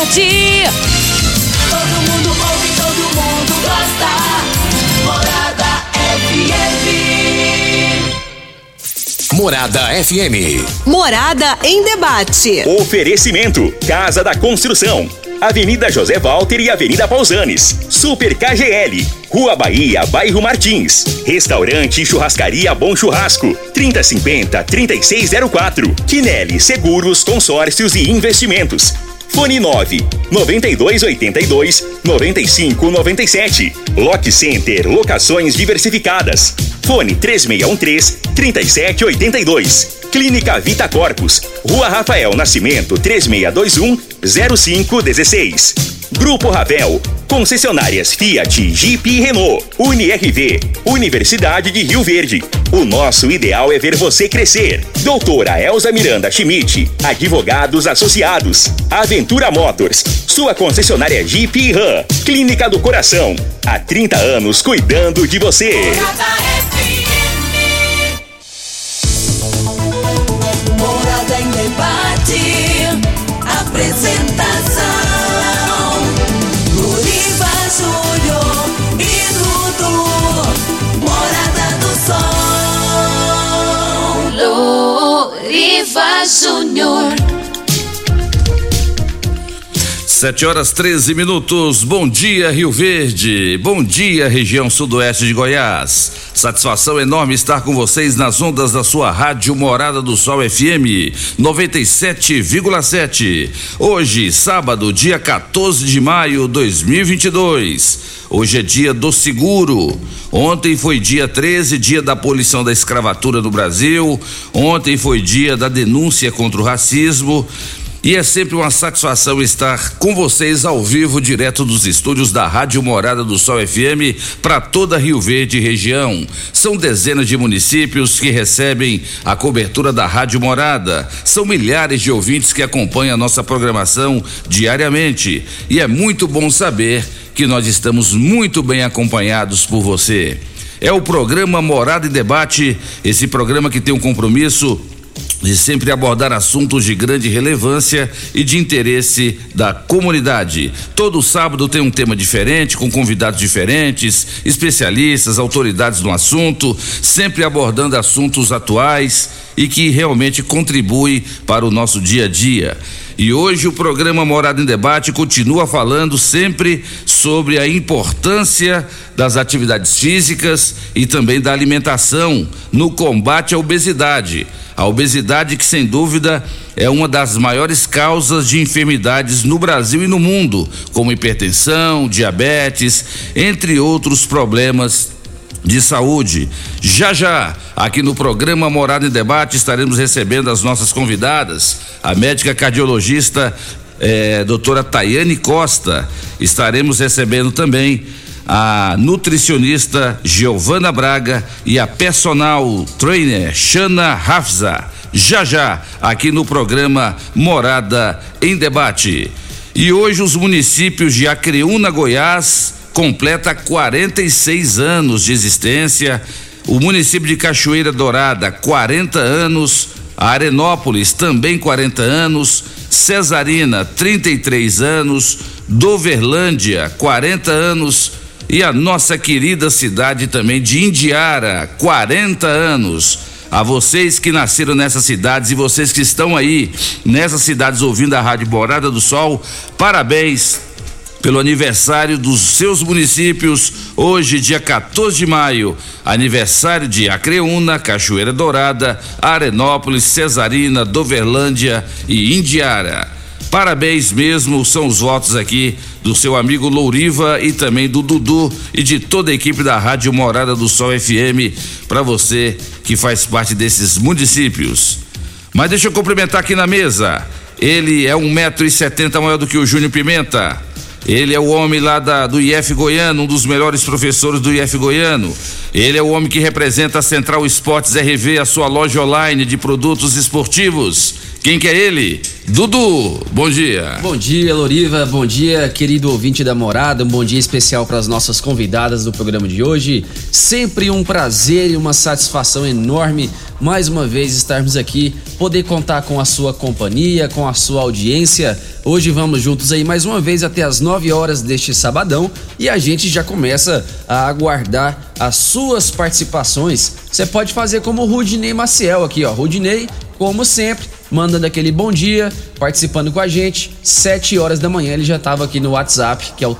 Verde. Todo mundo ouve, todo mundo gosta. Morada FM. Morada FM. Morada em debate. Oferecimento: Casa da Construção, Avenida José Walter e Avenida Pausanes. Super KGL, Rua Bahia, Bairro Martins. Restaurante e Churrascaria Bom Churrasco, 3050-3604. Quinelli Seguros, Consórcios e Investimentos. Fone 99282-9597. Lock Center, locações diversificadas. Fone 3613-3782. Clínica Vita Corpus, Rua Rafael Nascimento, 3621-0516. Grupo Ravel, concessionárias Fiat, Jeep e Renault. UniRV, Universidade de Rio Verde. O nosso ideal é ver você crescer. Doutora Elza Miranda Schmidt, Advogados Associados. Aventura Motors, sua concessionária Jeep e Ram. Clínica do Coração, há 30 anos cuidando de você. Morada em debate. Apresentação: Luriva Júnior e Dudu. Morada do Sol. Luriva Júnior. 7h13. Bom dia, Rio Verde. Bom dia, região sudoeste de Goiás. Satisfação enorme estar com vocês nas ondas da sua rádio Morada do Sol FM 97,7. Hoje, sábado, dia 14 de maio de 2022. Hoje é dia do seguro. Ontem foi dia 13, dia da abolição da escravatura no Brasil. Ontem foi dia da denúncia contra o racismo. E é sempre uma satisfação estar com vocês ao vivo, direto dos estúdios da Rádio Morada do Sol FM para toda Rio Verde e região. São dezenas de municípios que recebem a cobertura da Rádio Morada. São milhares de ouvintes que acompanham a nossa programação diariamente. E é muito bom saber que nós estamos muito bem acompanhados por você. É o programa Morada em Debate, esse programa que tem um compromisso de sempre abordar assuntos de grande relevância e de interesse da comunidade. Todo sábado tem um tema diferente, com convidados diferentes, especialistas, autoridades no assunto, sempre abordando assuntos atuais e que realmente contribuem para o nosso dia a dia. E hoje o programa Morada em Debate continua falando sempre sobre a importância das atividades físicas e também da alimentação no combate à obesidade. A obesidade que, sem dúvida, é uma das maiores causas de enfermidades no Brasil e no mundo, como hipertensão, diabetes, entre outros problemas de saúde. Já, aqui no programa Morada em Debate, estaremos recebendo as nossas convidadas, a médica cardiologista doutora Tayane Costa. Estaremos recebendo também a nutricionista Giovana Braga e a personal trainer Shana Hafza. Já, aqui no programa Morada em Debate. E hoje os municípios de Acreúna, Goiás, completa 46 anos de existência. O município de Cachoeira Dourada, 40 anos. Arenópolis, também 40 anos. Cesarina, 33 anos. Doverlândia, 40 anos. E a nossa querida cidade também de Indiara, 40 anos. A vocês que nasceram nessas cidades e vocês que estão aí nessas cidades ouvindo a Rádio Morada do Sol, parabéns pelo aniversário dos seus municípios. Hoje, dia 14 de maio, aniversário de Acreúna, Cachoeira Dourada, Arenópolis, Cesarina, Doverlândia e Indiara. Parabéns mesmo, são os votos aqui do seu amigo Louriva e também do Dudu e de toda a equipe da Rádio Morada do Sol FM, para você que faz parte desses municípios. Mas deixa eu cumprimentar aqui na mesa. Ele é 1,70 m maior do que o Júnior Pimenta. Ele é o homem lá do IF Goiano, um dos melhores professores do IF Goiano. Ele é o homem que representa a Central Esportes RV, a sua loja online de produtos esportivos. Quem que é ele? Dudu, bom dia. Bom dia, Loriva, bom dia, querido ouvinte da Morada, um bom dia especial para as nossas convidadas do programa de hoje. Sempre um prazer e uma satisfação enorme, mais uma vez, estarmos aqui, poder contar com a sua companhia, com a sua audiência. Hoje vamos juntos aí mais uma vez até as 9 horas deste sabadão e a gente já começa a aguardar as suas participações. Você pode fazer como o Rudinei Maciel aqui, ó, Rudinei, como sempre, mandando aquele bom dia, participando com a gente. 7 horas da manhã ele já estava aqui no WhatsApp, que é o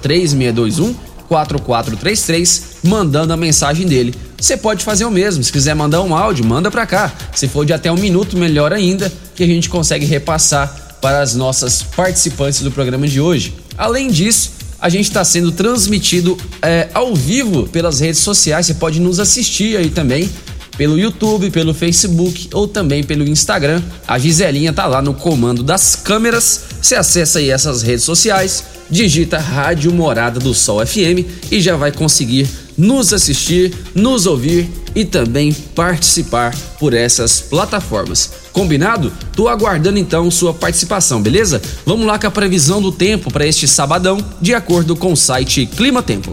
3621-4433, mandando a mensagem dele. Você pode fazer o mesmo, se quiser mandar um áudio, manda pra cá. Se for de até 1 minuto, melhor ainda, que a gente consegue repassar para as nossas participantes do programa de hoje. Além disso, a gente está sendo transmitido ao vivo pelas redes sociais, você pode nos assistir aí também, pelo YouTube, pelo Facebook ou também pelo Instagram. A Giselinha tá lá no comando das câmeras. Você acessa aí essas redes sociais, digita Rádio Morada do Sol FM e já vai conseguir nos assistir, nos ouvir e também participar por essas plataformas. Combinado? Tô aguardando então sua participação, beleza? Vamos lá com a previsão do tempo para este sabadão, de acordo com o site Clima Tempo.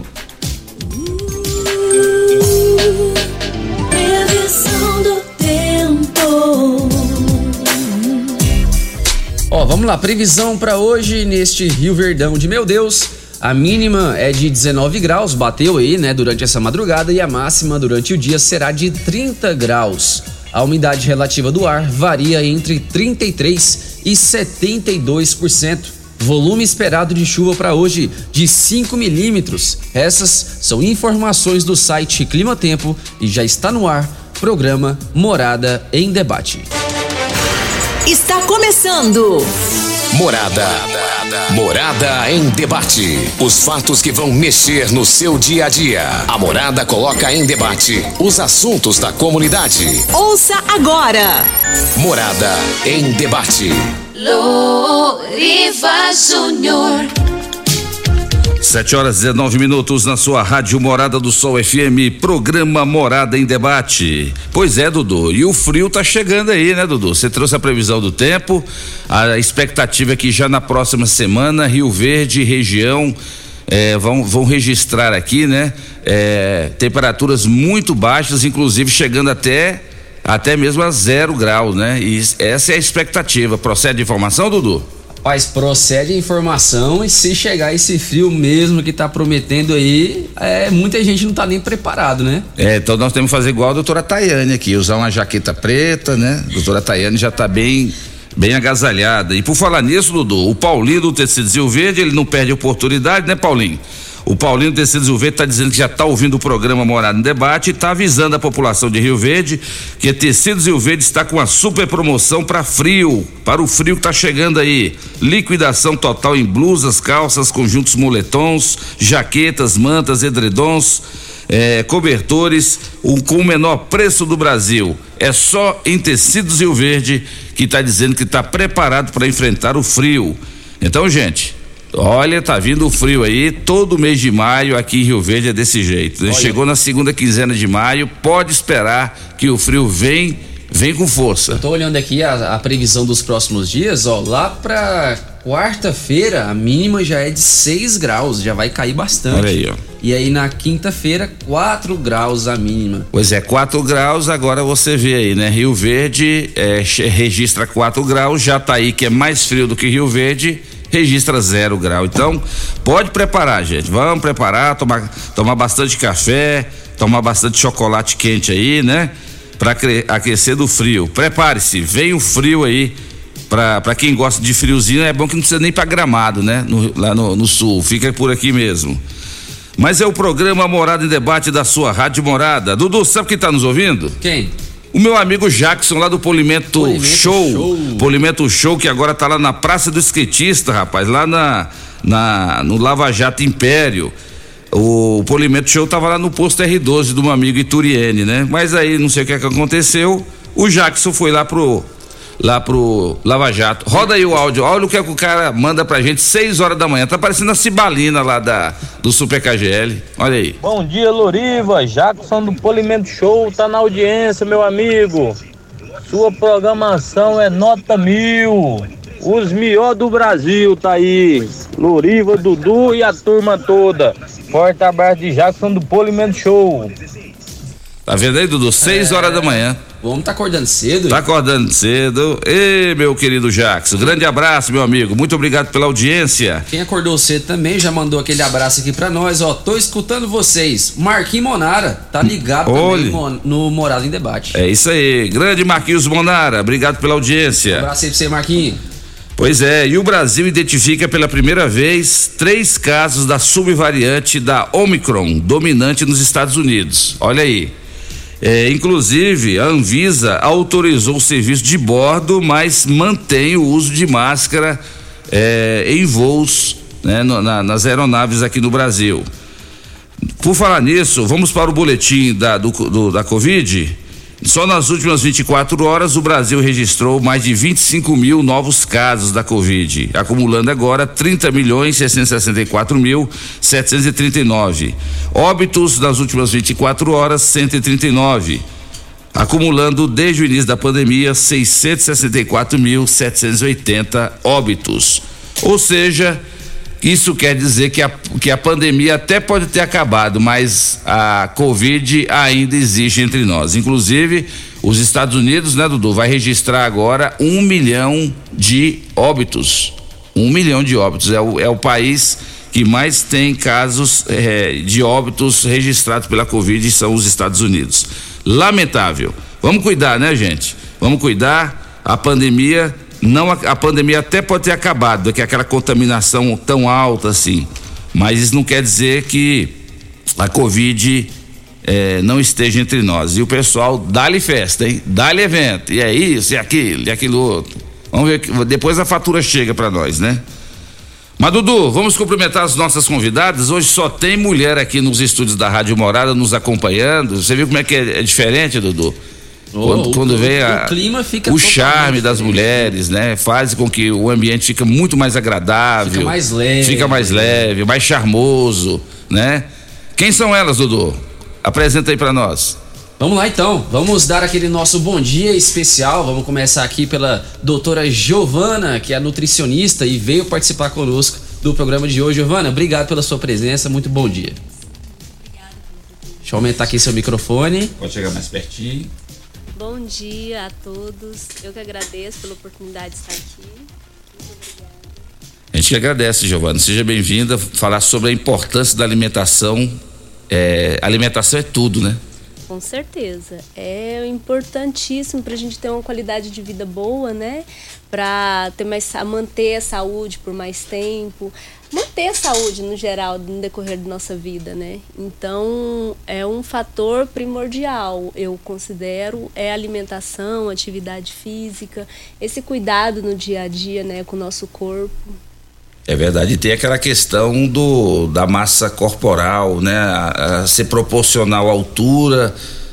Vamos lá, previsão para hoje neste Rio Verdão de meu Deus. A mínima é de 19 graus, bateu aí, né, durante essa madrugada, e a máxima durante o dia será de 30 graus. A umidade relativa do ar varia entre 33% e 72%. Volume esperado de chuva para hoje de 5 milímetros. Essas são informações do site Clima Tempo e já está no ar programa Morada em Debate. Está começando Morada em Debate. Os fatos que vão mexer no seu dia a dia. A Morada coloca em debate os assuntos da comunidade. Ouça agora. Morada em Debate. Loriva Júnior. 7 horas e 19 minutos na sua Rádio Morada do Sol FM, programa Morada em Debate. Pois é, Dudu, e o frio tá chegando aí, né, Dudu? Você trouxe a previsão do tempo, a expectativa é que já na próxima semana Rio Verde e região vão registrar aqui, né, temperaturas muito baixas, inclusive chegando até mesmo a 0 graus, né? E essa é a expectativa. Procede a informação, Dudu? Rapaz, procede a informação, e se chegar esse frio mesmo que tá prometendo aí, muita gente não tá nem preparado, né? Então nós temos que fazer igual a doutora Tayane aqui, usar uma jaqueta preta, né? A doutora Tayane já tá bem agasalhada. E por falar nisso, Dudu, o Paulinho do Tecidos Rio Verde, ele não perde oportunidade, né, Paulinho? O Paulinho do Tecidos Rio Verde tá dizendo que já tá ouvindo o programa Morada em Debate e tá avisando a população de Rio Verde que a Tecidos Rio Verde está com uma super promoção para o frio que tá chegando aí. Liquidação total em blusas, calças, conjuntos moletons, jaquetas, mantas, edredons, cobertores, com o menor preço do Brasil. É só em Tecidos Rio Verde, que tá dizendo que tá preparado para enfrentar o frio. Então, gente, olha, tá vindo o frio aí, todo mês de maio aqui em Rio Verde é desse jeito, né? Chegou na segunda quinzena de maio, pode esperar que o frio vem com força. Eu tô olhando aqui a previsão dos próximos dias, ó, lá pra quarta-feira a mínima já é de 6 graus, já vai cair bastante. Olha aí, ó. E aí na quinta-feira 4 graus a mínima. Pois é, 4 graus, agora você vê aí, né? Rio Verde registra 4 graus, já tá aí que é mais frio do que Rio Verde, registra 0 grau. Então, pode preparar, gente. Vamos preparar, tomar bastante café, tomar bastante chocolate quente aí, né? Pra aquecer do frio. Prepare-se, vem o frio aí. Pra quem gosta de friozinho, é bom que não precisa nem pra Gramado, né? Lá no sul, fica por aqui mesmo. Mas é o programa Morada em Debate da sua Rádio Morada. Dudu, sabe quem tá nos ouvindo? Quem? O meu amigo Jackson, lá do Polimento Show. Polimento Show, que agora tá lá na Praça do Skatista, rapaz, lá no Lava Jato Império. O Polimento Show tava lá no posto R12 do meu amigo Ituriene, né? Mas aí, não sei o que aconteceu, o Jackson foi lá pro Lava Jato. Roda aí o áudio, olha o que o cara manda pra gente, 6 horas da manhã, tá parecendo a Cibalina lá do Super KGL, olha aí. Bom dia, Loriva, Jackson do Polimento Show, tá na audiência, meu amigo. Sua programação é nota 1000. Os melhores do Brasil tá aí. Loriva, Dudu e a turma toda. Forte abraço de Jackson do Polimento Show. Tá vendo aí, Dudu? 6 horas da manhã. O homem tá acordando cedo. Tá acordando cedo. Ei, meu querido Jackson, grande abraço, meu amigo. Muito obrigado pela audiência. Quem acordou cedo também já mandou aquele abraço aqui pra nós, ó. Tô escutando vocês. Marquinhos Monara, tá ligado também no Morada em Debate. É isso aí. Grande Marquinhos Monara, obrigado pela audiência. Um abraço aí pra você, Marquinhos. Pois é, e o Brasil identifica pela primeira vez 3 casos da subvariante da Omicron, dominante nos Estados Unidos. Olha aí. Inclusive, a Anvisa autorizou o serviço de bordo, mas mantém o uso de máscara em voos, né, nas aeronaves aqui no Brasil. Por falar nisso, vamos para o boletim da Covid. Só nas últimas 24 horas o Brasil registrou mais de 25 mil novos casos da Covid, acumulando agora 30.664.739. Óbitos nas últimas 24 horas, 139. Acumulando desde o início da pandemia 664.780 óbitos. Ou seja, isso quer dizer que a pandemia até pode ter acabado, mas a Covid ainda existe entre nós. Inclusive, os Estados Unidos, né, Dudu, vai registrar agora 1 milhão de óbitos. 1 milhão de óbitos. É o país que mais tem casos de óbitos registrados pela Covid, são os Estados Unidos. Lamentável. Vamos cuidar, né, gente? Vamos cuidar. A pandemia até pode ter acabado, que é aquela contaminação tão alta assim, mas isso não quer dizer que a Covid não esteja entre nós. E o pessoal dá-lhe festa, hein? Dá-lhe evento, e é isso, e aquilo outro. Vamos ver, depois a fatura chega para nós, né? Mas, Dudu, vamos cumprimentar as nossas convidadas. Hoje só tem mulher aqui nos estúdios da Rádio Morada nos acompanhando. Você viu como é que é diferente, Dudu? Quando vem o clima fica o charme das mulheres, né? Faz com que o ambiente fica muito mais agradável, fica mais leve, mais charmoso, né? Quem são elas, Dudu? Apresenta aí pra nós. Vamos lá então, vamos dar aquele nosso bom dia especial. Vamos começar aqui pela doutora Giovana, que é nutricionista e veio participar conosco do programa de hoje. Giovana, obrigado pela sua presença, muito bom dia. Deixa eu aumentar aqui seu microfone. Pode chegar mais pertinho. Bom dia a todos, eu que agradeço pela oportunidade de estar aqui. Muito obrigada. A gente que agradece, Giovana, seja bem-vinda. Falar sobre a importância da alimentação. Alimentação é tudo, né? Com certeza, é importantíssimo para a gente ter uma qualidade de vida boa, né? Para manter a saúde por mais tempo, manter a saúde no geral no decorrer da nossa vida, né? Então é um fator primordial, eu considero, a alimentação, atividade física, esse cuidado no dia a dia, né, com o nosso corpo. É verdade, e tem aquela questão da massa corporal, né? A ser proporcional à altura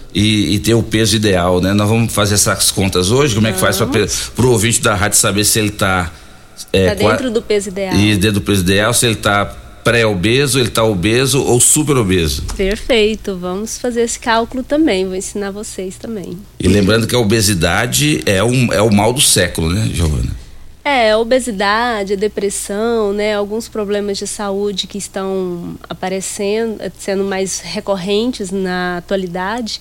e ter o peso ideal, né? Nós vamos fazer essas contas hoje. Como é que faz pro ouvinte da rádio saber se ele tá dentro do peso ideal? E dentro do peso ideal, se ele tá pré-obeso, ele tá obeso ou super obeso? Perfeito, vamos fazer esse cálculo também, vou ensinar vocês também. E lembrando que a obesidade é o mal do século, né, Giovana? A obesidade, a depressão, né, alguns problemas de saúde que estão aparecendo, sendo mais recorrentes na atualidade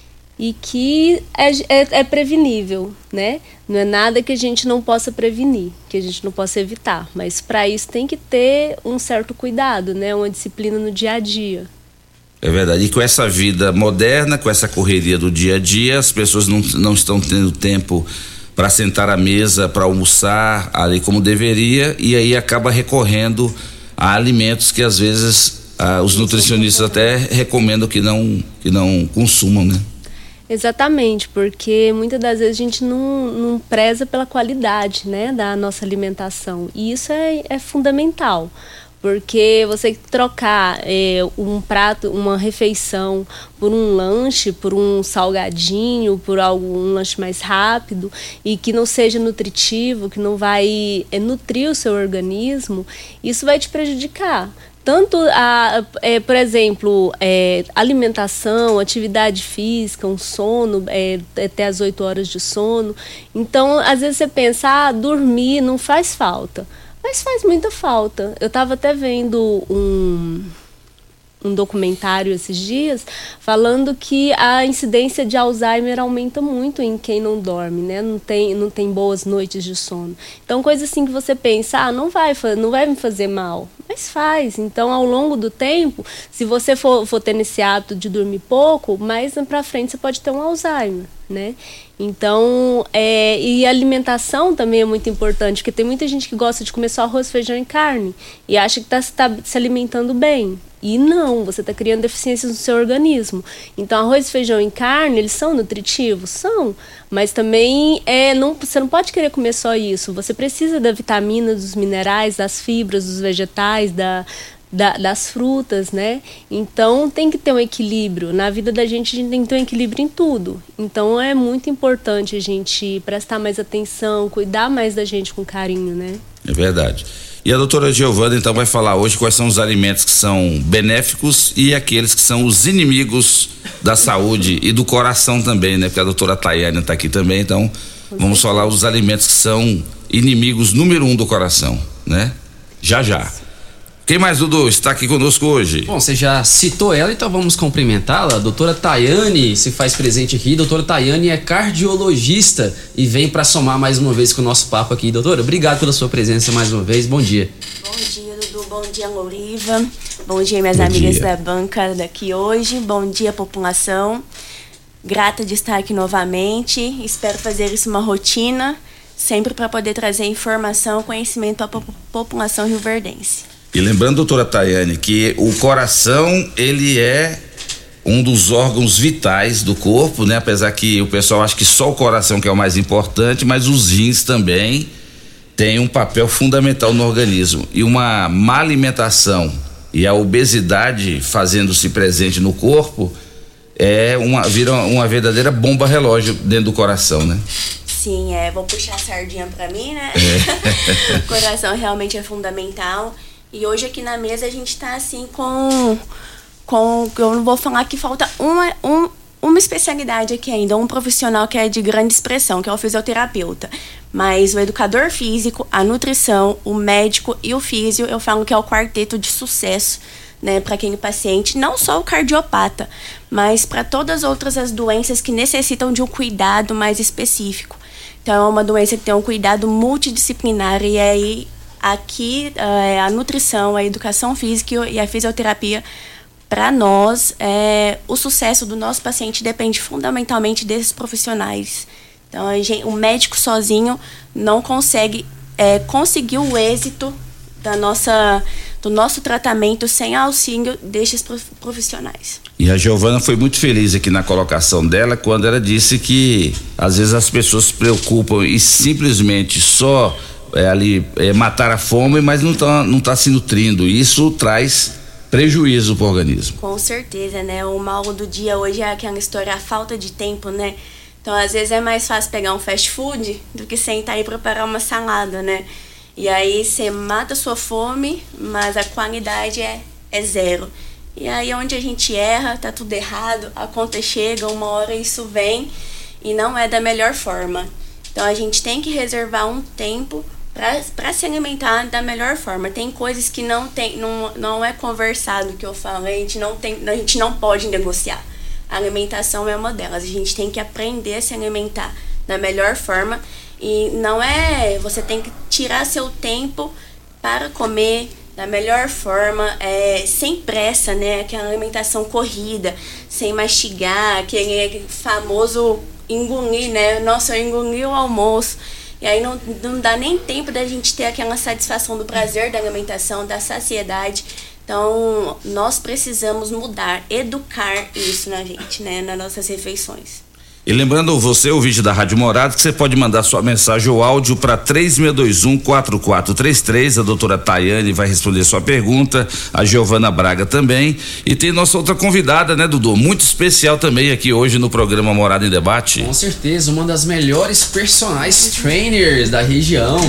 e que é prevenível, né? Não é nada que a gente não possa prevenir, que a gente não possa evitar, mas para isso tem que ter um certo cuidado, né, uma disciplina no dia a dia. É verdade, e com essa vida moderna, com essa correria do dia a dia, as pessoas não estão tendo tempo para sentar à mesa, para almoçar ali como deveria, e aí acaba recorrendo a alimentos que às vezes os nutricionistas até recomendam que não consumam, né? Exatamente, porque muitas das vezes a gente não preza pela qualidade, né, da nossa alimentação, e isso é fundamental. Porque você trocar um prato, uma refeição por um lanche, por um salgadinho, por um lanche mais rápido e que não seja nutritivo, que não vai nutrir o seu organismo, isso vai te prejudicar. tanto por exemplo, alimentação, atividade física, um sono, até as 8 horas de sono. Então, às vezes você pensa, dormir não faz falta, mas faz muita falta. Eu estava até vendo um documentário esses dias falando que a incidência de Alzheimer aumenta muito em quem não dorme, né? Não tem boas noites de sono. Então, coisa assim que você pensa, não vai me fazer mal, mas faz. Então, ao longo do tempo, se você for tendo esse hábito de dormir pouco, mais pra frente você pode ter um Alzheimer, né? Então, e a alimentação também é muito importante, porque tem muita gente que gosta de comer só arroz, feijão e carne e acha que está se alimentando bem. E não, você está criando deficiências no seu organismo. Então, arroz, feijão e carne, eles são nutritivos? São. Mas também você não pode querer comer só isso. Você precisa da vitamina, dos minerais, das fibras, dos vegetais, das frutas, né? Então, tem que ter um equilíbrio. Na vida da gente, a gente tem que ter um equilíbrio em tudo. Então, é muito importante a gente prestar mais atenção, cuidar mais da gente com carinho, né? É verdade. E a doutora Giovana, então, vai falar hoje quais são os alimentos que são benéficos e aqueles que são os inimigos da saúde e do coração também, né? Porque a doutora Tayane está aqui também, então vamos falar os alimentos que são inimigos número 1 do coração, né? Já. Quem mais, Dudu, está aqui conosco hoje? Bom, você já citou ela, então vamos cumprimentá-la. A doutora Tayane se faz presente aqui. Doutora Tayane é cardiologista e vem para somar mais uma vez com o nosso papo aqui. Doutora, obrigado pela sua presença mais uma vez. Bom dia. Bom dia, Dudu. Bom dia, Loriva. Bom dia, minhas amigas da banca daqui hoje. Bom dia, população. Grata de estar aqui novamente. Espero fazer isso uma rotina, sempre para poder trazer informação, conhecimento à população rioverdense. E lembrando, doutora Tayane, que o coração, ele é um dos órgãos vitais do corpo, né? Apesar que o pessoal acha que só o coração que é o mais importante, mas os rins também têm um papel fundamental no organismo. E uma má alimentação e a obesidade fazendo-se presente no corpo vira uma verdadeira bomba relógio dentro do coração, né? Sim, vou puxar a sardinha pra mim, né? O coração realmente é fundamental. E hoje aqui na mesa a gente tá assim com eu não vou falar que falta uma especialidade aqui ainda, um profissional que é de grande expressão, que é o fisioterapeuta. Mas o educador físico, a nutrição, o médico e o físio, eu falo que é o quarteto de sucesso, né, para aquele paciente, não só o cardiopata, mas para todas as doenças que necessitam de um cuidado mais específico. Então é uma doença que tem um cuidado multidisciplinar e aí aqui a nutrição, a educação física e a fisioterapia, para nós, o sucesso do nosso paciente depende fundamentalmente desses profissionais. Então, o médico sozinho não consegue conseguir o êxito do nosso tratamento sem auxílio destes profissionais. E a Giovana foi muito feliz aqui na colocação dela quando ela disse que às vezes as pessoas se preocupam e simplesmente só matar a fome, mas não tá se nutrindo. Isso traz prejuízo pro organismo. Com certeza, né? O mal do dia hoje é aquela história, a falta de tempo, né? Então, às vezes é mais fácil pegar um fast food do que sentar e preparar uma salada, né? E aí você mata a sua fome, mas a qualidade é zero. E aí onde a gente erra, tá tudo errado, a conta chega, uma hora isso vem e não é da melhor forma. Então, a gente tem que reservar um tempo para se alimentar da melhor forma. Tem coisas que não é conversado, que eu falo, a gente não pode negociar. A alimentação é uma delas. A gente tem que aprender a se alimentar da melhor forma e você tem que tirar seu tempo para comer da melhor forma, sem pressa, né? Aquela alimentação corrida, sem mastigar, aquele famoso engolir, né? Nossa, eu engoli o almoço. E aí não dá nem tempo da gente ter aquela satisfação do prazer da alimentação, da saciedade. Então, nós precisamos mudar, educar isso na gente, né? Nas nossas refeições. E lembrando você, ouvinte da Rádio Morada, que você pode mandar sua mensagem ou áudio para 3621-4433. A doutora Tayane vai responder sua pergunta, a Giovana Braga também. E tem nossa outra convidada, né, Dudu? Muito especial também aqui hoje no programa Morada em Debate. Com certeza, uma das melhores personagens trainers da região.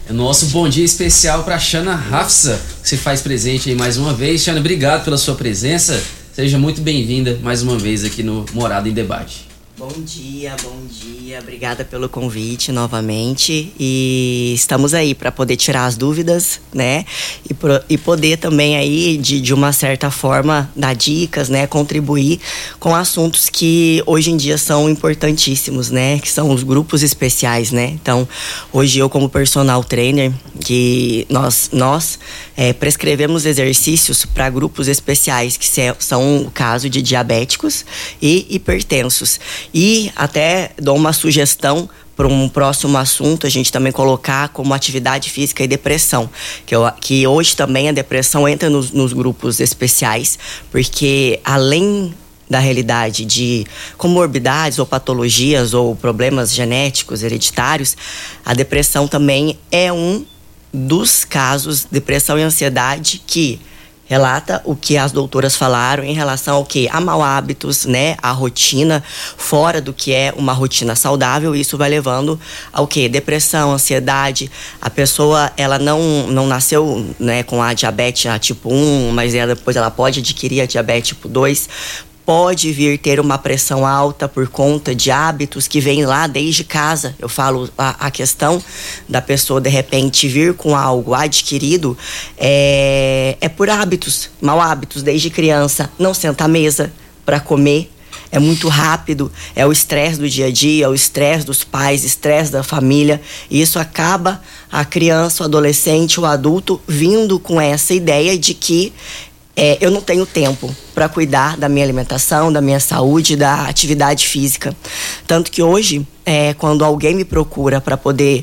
É nosso bom dia especial para Xana Hafsa, que se faz presente aí mais uma vez. Xana, obrigado pela sua presença. Seja muito bem-vinda mais uma vez aqui no Morada em Debate. Bom dia. Obrigada pelo convite novamente. E estamos aí para poder tirar as dúvidas, né? E poder também aí, de uma certa forma, dar dicas, né? Contribuir com assuntos que hoje em dia são importantíssimos, né? Que são os grupos especiais, né? Então, hoje eu como personal trainer, que nós prescrevemos exercícios para grupos especiais, que são o caso de diabéticos e hipertensos. E até dou uma sugestão para um próximo assunto, a gente também colocar como atividade física e depressão, que hoje também a depressão entra nos grupos especiais, porque além da realidade de comorbidades ou patologias ou problemas genéticos, hereditários, a depressão também é um dos casos, depressão e ansiedade, que relata o que as doutoras falaram em relação ao quê? A mau hábitos, né? A rotina fora do que é uma rotina saudável. Isso vai levando ao quê? Depressão, ansiedade. A pessoa, ela não nasceu, né, com a diabetes tipo 1, mas depois ela pode adquirir a diabetes tipo 2. Pode vir ter uma pressão alta por conta de hábitos que vêm lá desde casa. Eu falo a questão da pessoa de repente vir com algo adquirido é por hábitos, mau hábitos desde criança. Não senta à mesa para comer, é muito rápido, é o estresse do dia a dia, o estresse dos pais, estresse da família. E isso acaba a criança, o adolescente, o adulto vindo com essa ideia de que eu não tenho tempo para cuidar da minha alimentação, da minha saúde, da atividade física. Tanto que hoje, quando alguém me procura para poder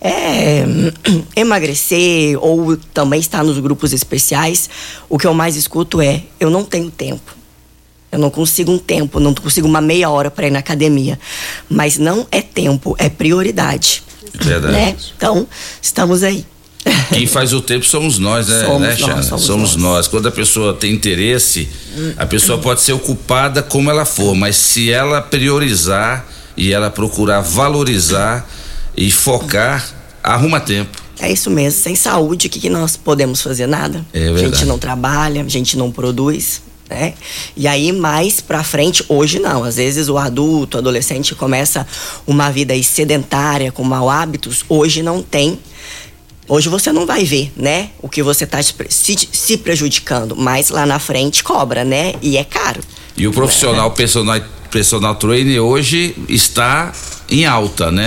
emagrecer ou também estar nos grupos especiais, o que eu mais escuto é: eu não tenho tempo. Eu não consigo um tempo, não consigo uma meia hora para ir na academia. Mas não é tempo, é prioridade. Verdade. Né? Então, estamos aí. Quem faz o tempo somos nós, né, Xana? Somos nós. Quando a pessoa tem interesse, a pessoa pode ser ocupada como ela for, mas se ela priorizar e ela procurar valorizar e focar, arruma tempo. É isso mesmo. Sem saúde, o que nós podemos fazer? Nada. É verdade. A gente não trabalha, a gente não produz, né? E aí mais pra frente, hoje não, às vezes o adulto, o adolescente começa uma vida aí sedentária, com mau hábitos. Hoje não tem. Hoje você não vai ver, né, o que você tá se prejudicando, mas lá na frente cobra, né, e é caro. E o profissional personal trainer hoje está em alta, né?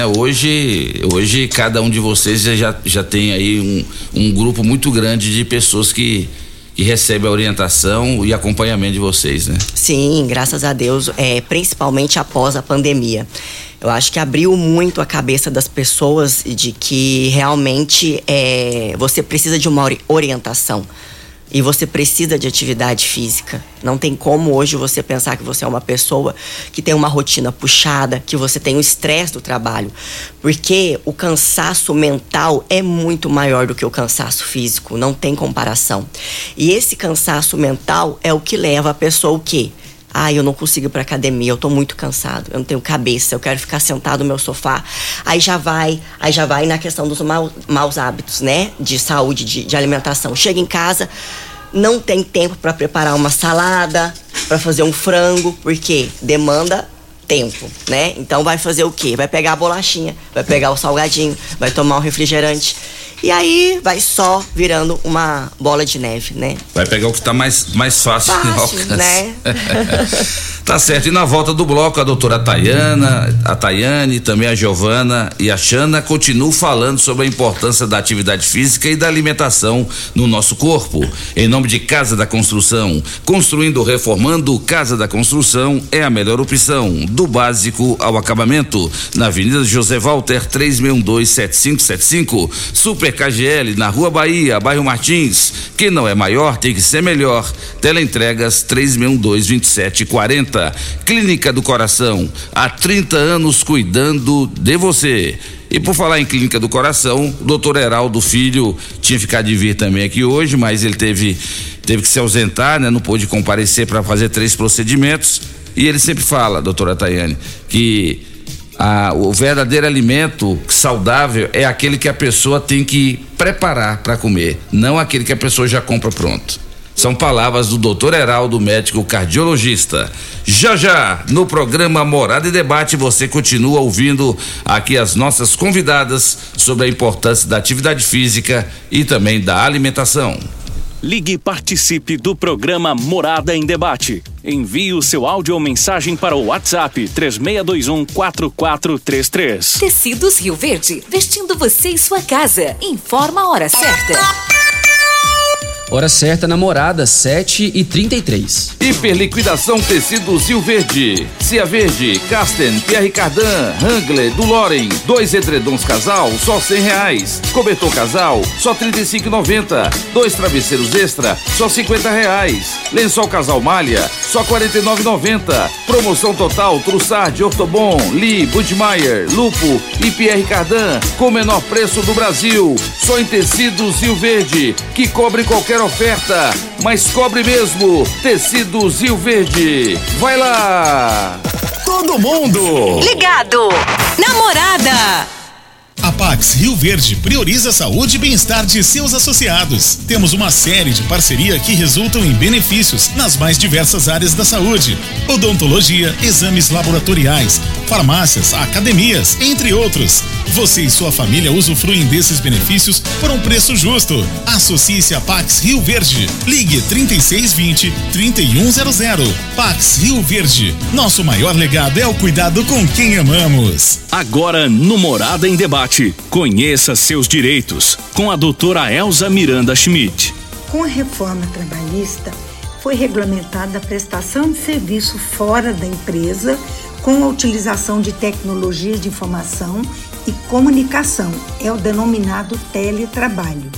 Hoje cada um de vocês já tem aí um grupo muito grande de pessoas que recebe a orientação e acompanhamento de vocês, né? Sim, graças a Deus, principalmente após a pandemia. Eu acho que abriu muito a cabeça das pessoas de que realmente você precisa de uma orientação e você precisa de atividade física. Não tem como hoje você pensar que você é uma pessoa que tem uma rotina puxada, que você tem o estresse do trabalho, porque o cansaço mental é muito maior do que o cansaço físico, não tem comparação. E esse cansaço mental é o que leva a pessoa o quê? Eu não consigo ir pra academia, eu tô muito cansado, eu não tenho cabeça, eu quero ficar sentado no meu sofá. Aí já vai na questão dos maus hábitos, né? De saúde, de alimentação. Chega em casa, não tem tempo para preparar uma salada, para fazer um frango, porque demanda tempo, né? Então vai fazer o quê? Vai pegar a bolachinha, vai pegar o salgadinho, vai tomar um refrigerante. E aí vai só virando uma bola de neve, né? Vai pegar o que tá mais fácil no alcance, né? Tá certo. E na volta do bloco, a doutora Tayane, também a Giovana e a Xana continuam falando sobre a importância da atividade física e da alimentação no nosso corpo. Em nome de Casa da Construção, construindo ou reformando, Casa da Construção é a melhor opção, do básico ao acabamento. Na Avenida José Walter, 3612-7575, Super KGL, na Rua Bahia, bairro Martins. Que não é maior, tem que ser melhor. Teleentregas 3612-2740. Clínica do Coração, há 30 anos cuidando de você. E por falar em Clínica do Coração, o doutor Heraldo Filho tinha ficado de vir também aqui hoje, mas ele teve que se ausentar, né? Não pôde comparecer para fazer 3 procedimentos. E ele sempre fala, doutora Tayane, que O verdadeiro alimento saudável é aquele que a pessoa tem que preparar para comer, não aquele que a pessoa já compra pronto. São palavras do Dr. Heraldo, médico cardiologista. Já, no programa Morada e Debate, você continua ouvindo aqui as nossas convidadas sobre a importância da atividade física e também da alimentação. Ligue e participe do programa Morada em Debate. Envie o seu áudio ou mensagem para o WhatsApp 3621-4433. Tecidos Rio Verde, vestindo você e sua casa. Informa a hora certa. Hora certa na Morada, 7h33. Hiperliquidação Tecidos Rio Verde. Cia Verde, Casten, Pierre Cardin, Wrangler, do Loren. 2 edredons casal, só R$100. Cobertor casal, só R$35,90. 2 travesseiros extra, só R$50. Lençol casal malha, só R$49,90. Promoção total, Trussard, Ortobon, Lee, Budmeier, Lupo e Pierre Cardin, com o menor preço do Brasil. Só em Tecidos Rio Verde, que cobre qualquer oferta, mas cobre mesmo. Tecidos Rio Verde. Vai lá! Todo mundo ligado. Namorada. A Pax Rio Verde prioriza a saúde e bem-estar de seus associados. Temos uma série de parceria que resultam em benefícios nas mais diversas áreas da saúde: odontologia, exames laboratoriais, farmácias, academias, entre outros. Você e sua família usufruem desses benefícios por um preço justo. Associe-se a Pax Rio Verde. Ligue 3620-3100. Pax Rio Verde. Nosso maior legado é o cuidado com quem amamos. Agora no Morada em Debate, conheça seus direitos com a doutora Elza Miranda Schmidt. Com a reforma trabalhista, foi regulamentada a prestação de serviço fora da empresa com a utilização de tecnologias de informação e comunicação, é o denominado teletrabalho.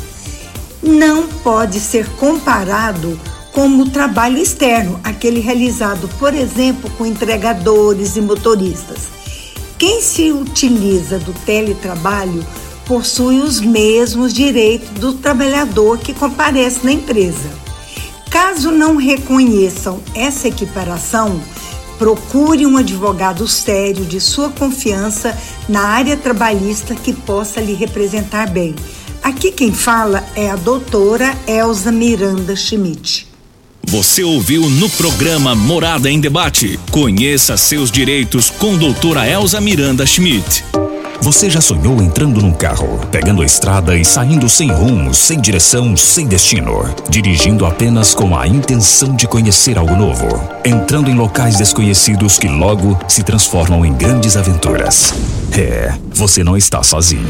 Não pode ser comparado com o trabalho externo, aquele realizado, por exemplo, com entregadores e motoristas. Quem se utiliza do teletrabalho possui os mesmos direitos do trabalhador que comparece na empresa. Caso não reconheçam essa equiparação, procure um advogado sério de sua confiança na área trabalhista que possa lhe representar bem. Aqui quem fala é a doutora Elza Miranda Schmidt. Você ouviu no programa Morada em Debate. Conheça seus direitos com doutora Elza Miranda Schmidt. Você já sonhou entrando num carro, pegando a estrada e saindo sem rumo, sem direção, sem destino, dirigindo apenas com a intenção de conhecer algo novo, entrando em locais desconhecidos que logo se transformam em grandes aventuras? Você não está sozinho.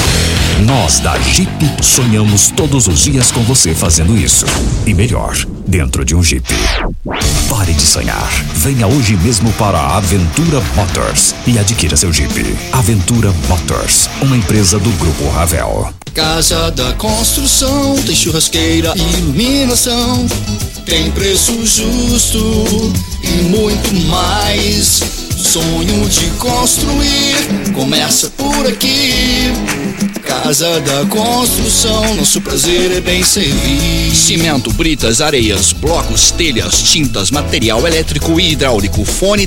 Nós da Jeep sonhamos todos os dias com você fazendo isso. E melhor, dentro de um Jeep. Pare de sonhar. Venha hoje mesmo para a Aventura Motors e adquira seu Jeep. Aventura Motors, uma empresa do Grupo Ravel. Casa da Construção, tem churrasqueira e iluminação, tem preço justo e muito mais. Sonho de construir começa por aqui. Casa da Construção, nosso prazer é bem servir. Cimento, britas, areias, blocos, telhas, tintas, material elétrico e hidráulico. Fone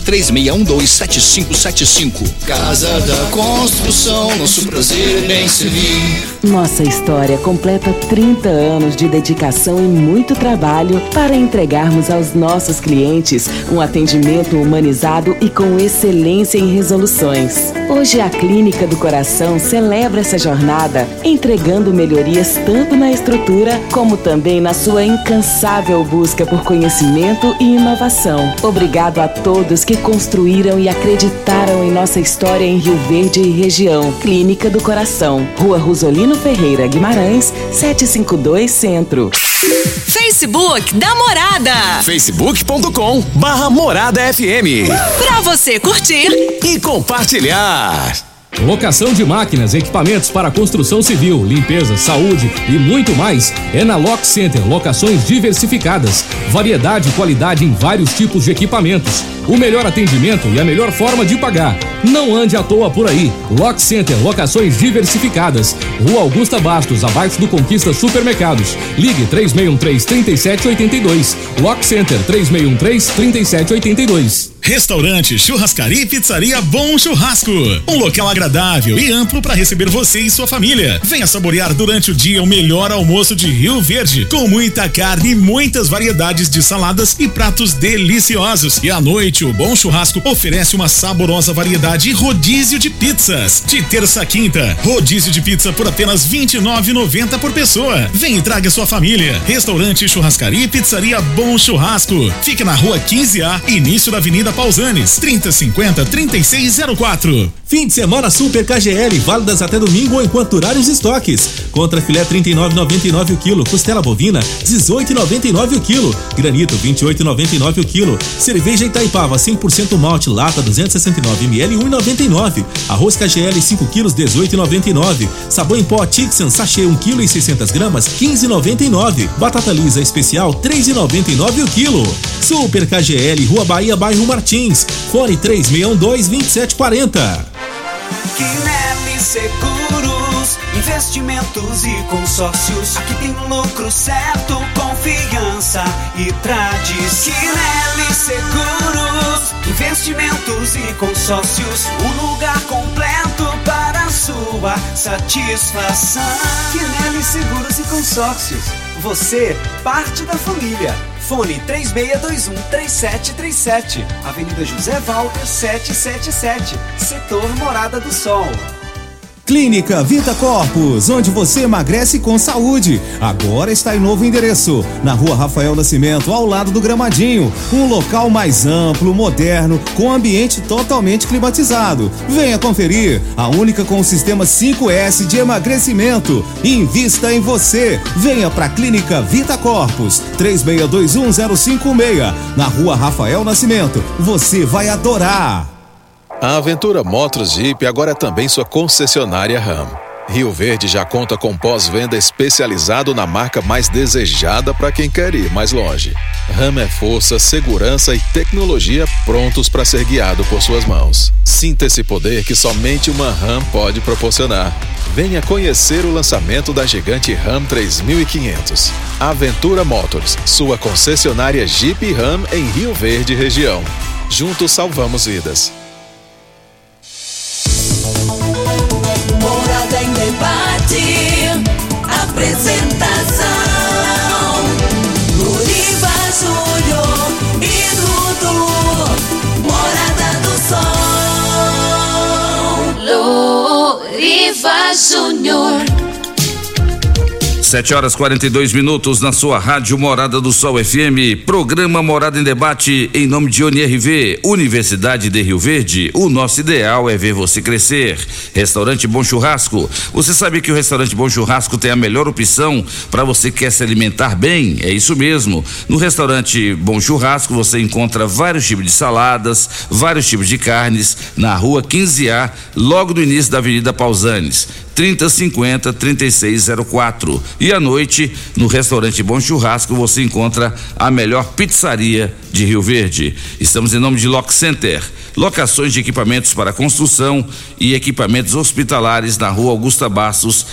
3612-7575. Casa da Construção, nosso prazer é bem servir. Nossa história completa 30 anos de dedicação e muito trabalho para entregarmos aos nossos clientes um atendimento humanizado e com excelência em resoluções. Hoje a Clínica do Coração celebra essa jornada, entregando melhorias tanto na estrutura como também na sua incansável busca por conhecimento e inovação. Obrigado a todos que construíram e acreditaram em nossa história em Rio Verde e região. Clínica do Coração, Rua Rosolino Ferreira Guimarães, 752 Centro. Facebook da Morada. Facebook.com/Morada FM. Pra você curtir e compartilhar. Locação de máquinas, equipamentos para construção civil, limpeza, saúde e muito mais é na Lock Center. Locações diversificadas, variedade e qualidade em vários tipos de equipamentos. o melhor atendimento e a melhor forma de pagar. Não ande à toa por aí. Lock Center, locações diversificadas. Rua Augusta Bastos, abaixo do Conquista Supermercados. Ligue 3613-3782. Lock Center 3613-3782. Restaurante, churrascaria e pizzaria Bom Churrasco. Um local agradável e amplo para receber você e sua família. Venha saborear durante o dia o melhor almoço de Rio Verde, com muita carne e muitas variedades de saladas e pratos deliciosos. E à noite, o Bom Churrasco oferece uma saborosa variedade e rodízio de pizzas. De terça a quinta, rodízio de pizza por apenas R$ 29,90 por pessoa. Venha e traga sua família. Restaurante, churrascaria e pizzaria Bom Churrasco. Fica na rua 15A, início da Avenida Pausanes, 3050-3604. Fim de semana Super KGL, válidas até domingo ou enquanto durarem os estoques. Contra filé R$ 39,99 o quilo, costela bovina R$ 18,99 o quilo, granito R$ 28,99 o quilo, cerveja Itaipava 100% malte lata 269 ml R$ 1,99, arroz KGL 5 quilos R$ 18,99, sabão em pó Tixan sachê 1 kg e 600 gramas R$ 15,99, batata lisa especial R$ 3,99 o quilo. Super KGL, Rua Bahia, bairro Martins, fone 3612-2740. Quinelli Seguros, investimentos e consórcios. Aqui tem lucro certo, confiança e tradição. Quinelli Seguros, investimentos e consórcios. Um lugar completo para a sua satisfação. Quinelli Seguros e Consórcios. Você, parte da família. Fone 3621-3737, Avenida José Walter 777, Setor Morada do Sol. Clínica Vita Corpus, onde você emagrece com saúde. Agora está em novo endereço, na Rua Rafael Nascimento, ao lado do Gramadinho. Um local mais amplo, moderno, com ambiente totalmente climatizado. Venha conferir, a única com o sistema 5S de emagrecimento. Invista em você. Venha para a Clínica Vita Corpus, 3621-056, na Rua Rafael Nascimento. Você vai adorar. A Aventura Motos Jeep agora é também sua concessionária RAM. Rio Verde já conta com pós-venda especializado na marca mais desejada para quem quer ir mais longe. RAM é força, segurança e tecnologia prontos para ser guiado por suas mãos. Sinta esse poder que somente uma RAM pode proporcionar. Venha conhecer o lançamento da gigante RAM 3500. Aventura Motors, sua concessionária Jeep e RAM em Rio Verde região. Juntos salvamos vidas. Morada em debate, apresentação, Luriva Júnior e Dudu, Morada do Sol, Luriva Júnior. 7h42 na sua rádio Morada do Sol FM, programa Morada em Debate, em nome de UniRV, Universidade de Rio Verde. O nosso ideal é ver você crescer. Restaurante Bom Churrasco. Você sabe que o Restaurante Bom Churrasco tem a melhor opção para você que quer se alimentar bem? É isso mesmo. No Restaurante Bom Churrasco você encontra vários tipos de saladas, vários tipos de carnes, na rua 15A, logo no início da Avenida Pausanes, 3050-3604. E à noite, no Restaurante Bom Churrasco, você encontra a melhor pizzaria de Rio Verde. Estamos em nome de Lock Center, locações de equipamentos para construção e equipamentos hospitalares na rua Augusta Bastos,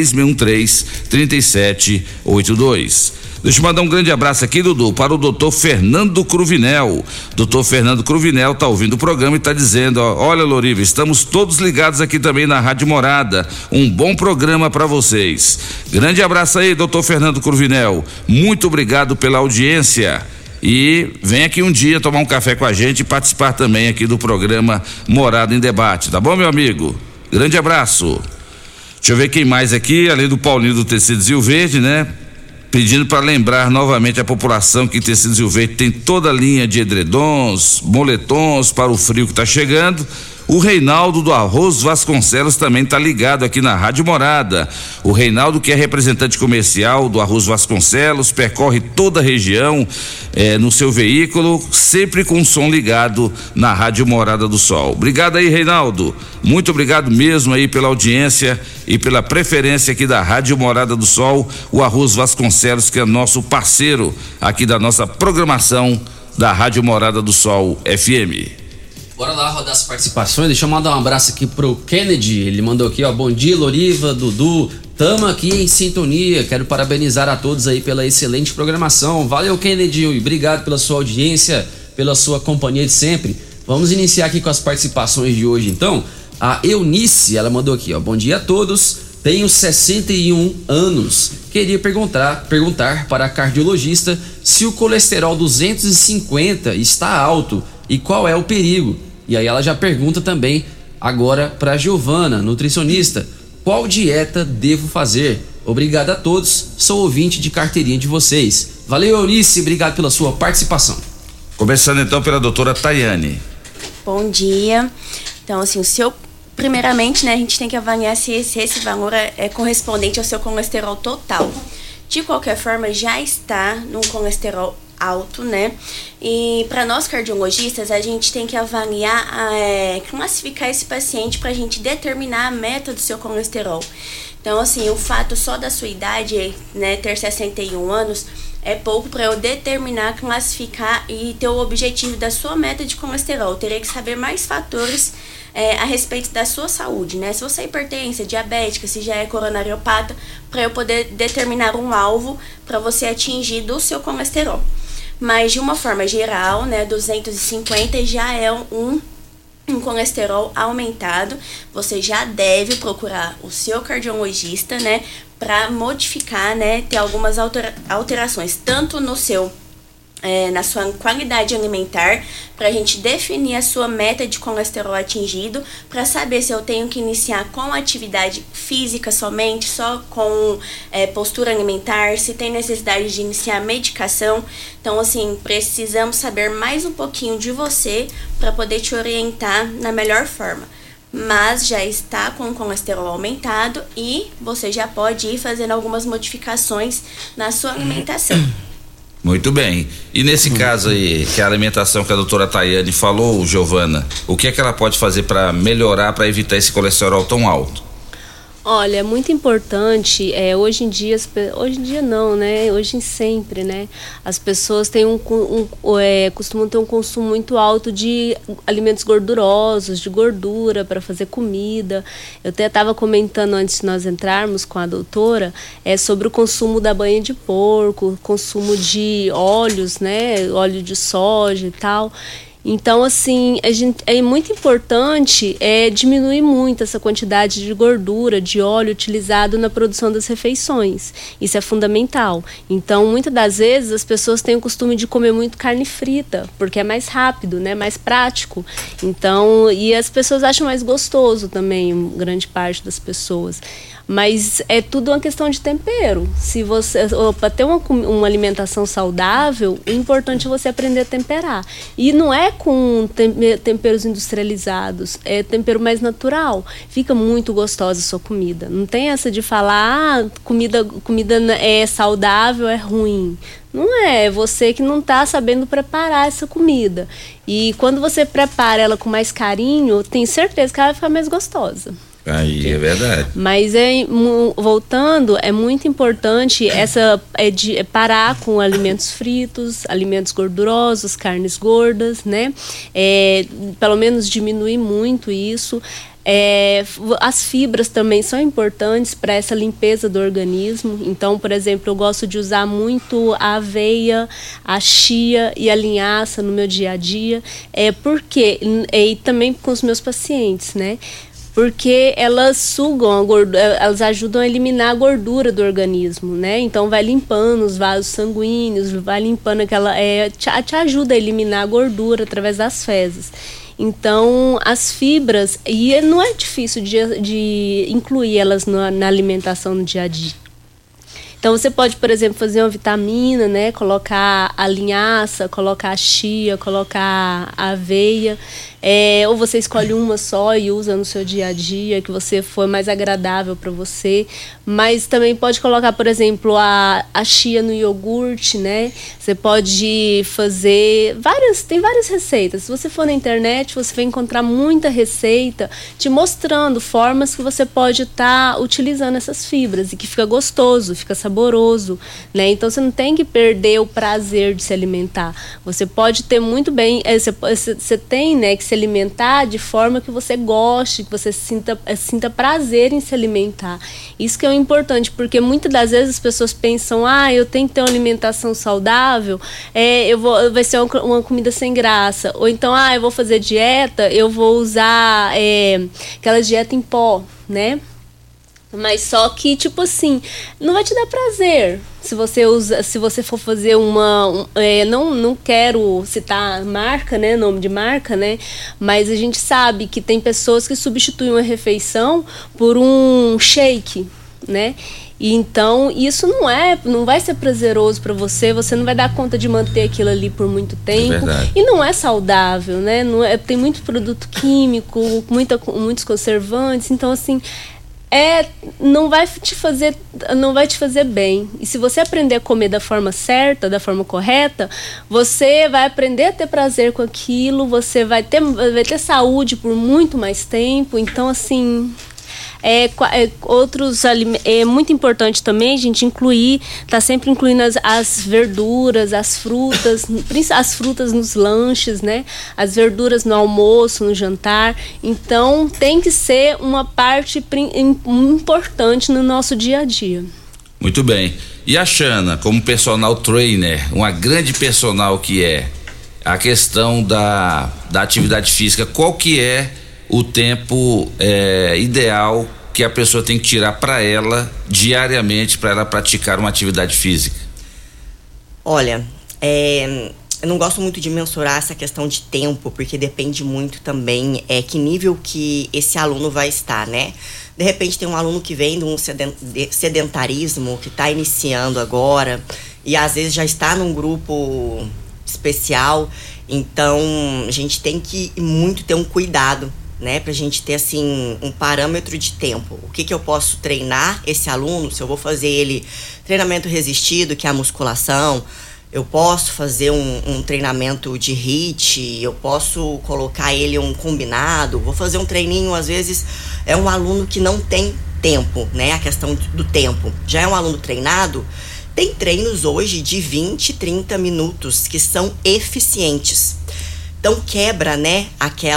3613-3782. Deixa eu mandar um grande abraço aqui, Dudu, para o doutor Fernando Cruvinel. Doutor Fernando Cruvinel tá ouvindo o programa e tá dizendo, ó, olha, Loriva, estamos todos ligados aqui também na Rádio Morada. Um bom programa para vocês. Grande abraço aí, doutor Fernando Cruvinel. Muito obrigado pela audiência. E vem aqui um dia tomar um café com a gente e participar também aqui do programa Morada em Debate, tá bom, meu amigo? Grande abraço. Deixa eu ver quem mais aqui, além do Paulinho do Tecidos Rio Verde, né? Pedindo para lembrar novamente a população que Tecidos Rio Verde tem toda a linha de edredons, moletons para o frio que está chegando. O Reinaldo do Arroz Vasconcelos também está ligado aqui na Rádio Morada. O Reinaldo, que é representante comercial do Arroz Vasconcelos, percorre toda a região no seu veículo, sempre com o som ligado na Rádio Morada do Sol. Obrigado aí, Reinaldo. Muito obrigado mesmo aí pela audiência e pela preferência aqui da Rádio Morada do Sol, o Arroz Vasconcelos, que é nosso parceiro aqui da nossa programação da Rádio Morada do Sol FM. Bora lá rodar as participações. Deixa eu mandar um abraço aqui pro Kennedy. Ele mandou aqui, ó, bom dia, Loriva, Dudu. Tamo aqui em sintonia. Quero parabenizar a todos aí pela excelente programação. Valeu, Kennedy. Obrigado pela sua audiência, pela sua companhia de sempre. Vamos iniciar aqui com as participações de hoje, então. A Eunice, ela mandou aqui, ó, bom dia a todos. Tenho 61 anos. Queria perguntar para a cardiologista se o colesterol 250 está alto e qual é o perigo. E aí ela já pergunta também agora para a Giovana, nutricionista, qual dieta devo fazer? Obrigado a todos, sou ouvinte de carteirinha de vocês. Valeu, Eunice, obrigado pela sua participação. Começando então pela doutora Tayane. Bom dia. Então, assim, primeiramente, né, a gente tem que avaliar se esse valor é correspondente ao seu colesterol total. De qualquer forma, já está num colesterol alto, né? E para nós cardiologistas, a gente tem que avaliar, classificar esse paciente para a gente determinar a meta do seu colesterol. Então, assim, o fato só da sua idade, né, ter 61 anos, é pouco para eu determinar, classificar e ter o objetivo da sua meta de colesterol. Eu teria que saber mais fatores a respeito da sua saúde, né? Se você é hipertensa, diabética, se já é coronariopata, para eu poder determinar um alvo para você atingir do seu colesterol. Mas de uma forma geral, né, 250 já é um colesterol aumentado. Você já deve procurar o seu cardiologista, né, para modificar, né, ter algumas alterações, tanto no seu na sua qualidade alimentar, para a gente definir a sua meta de colesterol atingido, para saber se eu tenho que iniciar com atividade física somente, só com postura alimentar, se tem necessidade de iniciar medicação. Então, assim, precisamos saber mais um pouquinho de você para poder te orientar na melhor forma. Mas já está com o colesterol aumentado e você já pode ir fazendo algumas modificações na sua alimentação. Muito bem. E nesse caso aí, que é a alimentação que a doutora Tayane falou, Giovana, o que é que ela pode fazer para melhorar, para evitar esse colesterol tão alto? Olha, é muito importante, hoje em dia não, né? Hoje sempre, né? As pessoas têm costumam ter um consumo muito alto de alimentos gordurosos, de gordura para fazer comida. Eu até estava comentando antes de nós entrarmos com a doutora, sobre o consumo da banha de porco, consumo de óleos, né? Óleo de soja e tal. Então, assim, é muito importante diminuir muito essa quantidade de gordura, de óleo utilizado na produção das refeições. Isso é fundamental. Então, muitas das vezes, as pessoas têm o costume de comer muito carne frita, porque é mais rápido, né? Mais prático. Então, e as pessoas acham mais gostoso também, grande parte das pessoas. Mas é tudo uma questão de tempero. Se você, para ter uma alimentação saudável, o importante é você aprender a temperar. E não é com temperos industrializados, é tempero mais natural. Fica muito gostosa a sua comida. Não tem essa de falar, comida é saudável, é ruim. Não é você que não está sabendo preparar essa comida. E quando você prepara ela com mais carinho, tenho certeza que ela vai ficar mais gostosa. Aí é verdade. Mas voltando, é muito importante parar com alimentos fritos, alimentos gordurosos, carnes gordas, né? Pelo menos diminuir muito isso. As fibras também são importantes para essa limpeza do organismo. Então, por exemplo, eu gosto de usar muito a aveia, a chia e a linhaça no meu dia a dia, e também com os meus pacientes, né? Porque elas sugam a gordura, elas ajudam a eliminar a gordura do organismo, né? Então vai limpando os vasos sanguíneos, vai limpando te ajuda a eliminar a gordura através das fezes. Então, as fibras, e não é difícil de incluir elas na alimentação no dia a dia. Então, você pode, por exemplo, fazer uma vitamina, né? Colocar a linhaça, colocar a chia, colocar a aveia. Ou você escolhe uma só e usa no seu dia a dia, que você for mais agradável para você. Mas também pode colocar, por exemplo, a chia no iogurte, né? Você pode fazer tem várias receitas. Se você for na internet, você vai encontrar muita receita te mostrando formas que você pode estar utilizando essas fibras e que fica gostoso, fica saboroso. saboroso, né? Então você não tem que perder o prazer de se alimentar. Você pode ter muito bem, você tem, né, que se alimentar de forma que você goste, que você sinta prazer em se alimentar. Isso que é o importante, porque muitas das vezes as pessoas pensam, eu tenho que ter uma alimentação saudável, vai ser uma comida sem graça. Ou então, eu vou fazer dieta, eu vou usar aquela dieta em pó, né? Mas só que, tipo assim, não vai te dar prazer se você for fazer não quero citar marca, né, nome de marca, né, mas a gente sabe que tem pessoas que substituem uma refeição por um shake, né? E então isso não vai ser prazeroso para você não vai dar conta de manter aquilo ali por muito tempo, e não é saudável, né? Tem muito produto químico, muitos conservantes, então assim, não vai te fazer bem. E se você aprender a comer da forma certa, da forma correta, você vai aprender a ter prazer com aquilo, você vai ter saúde por muito mais tempo. Então assim, é muito importante também a gente tá sempre incluindo as verduras, as frutas nos lanches, né? As verduras no almoço, no jantar. Então tem que ser uma parte importante no nosso dia a dia. Muito bem. E a Xana, como personal trainer, uma grande personal que é a questão da atividade física, qual que é o tempo ideal que a pessoa tem que tirar para ela diariamente para ela praticar uma atividade física? Olha, eu não gosto muito de mensurar essa questão de tempo, porque depende muito também que nível que esse aluno vai estar, né? De repente tem um aluno que vem de um sedentarismo, que está iniciando agora e às vezes já está num grupo especial, então a gente tem que muito ter um cuidado, né, pra gente ter assim um parâmetro de tempo. O que eu posso treinar esse aluno? Se eu vou fazer ele treinamento resistido, que é a musculação, eu posso fazer um treinamento de HIIT, eu posso colocar ele um combinado, vou fazer um treininho, às vezes é um aluno que não tem tempo, né, a questão do tempo. Já é um aluno treinado, tem treinos hoje de 20, 30 minutos que são eficientes. Então quebra, né,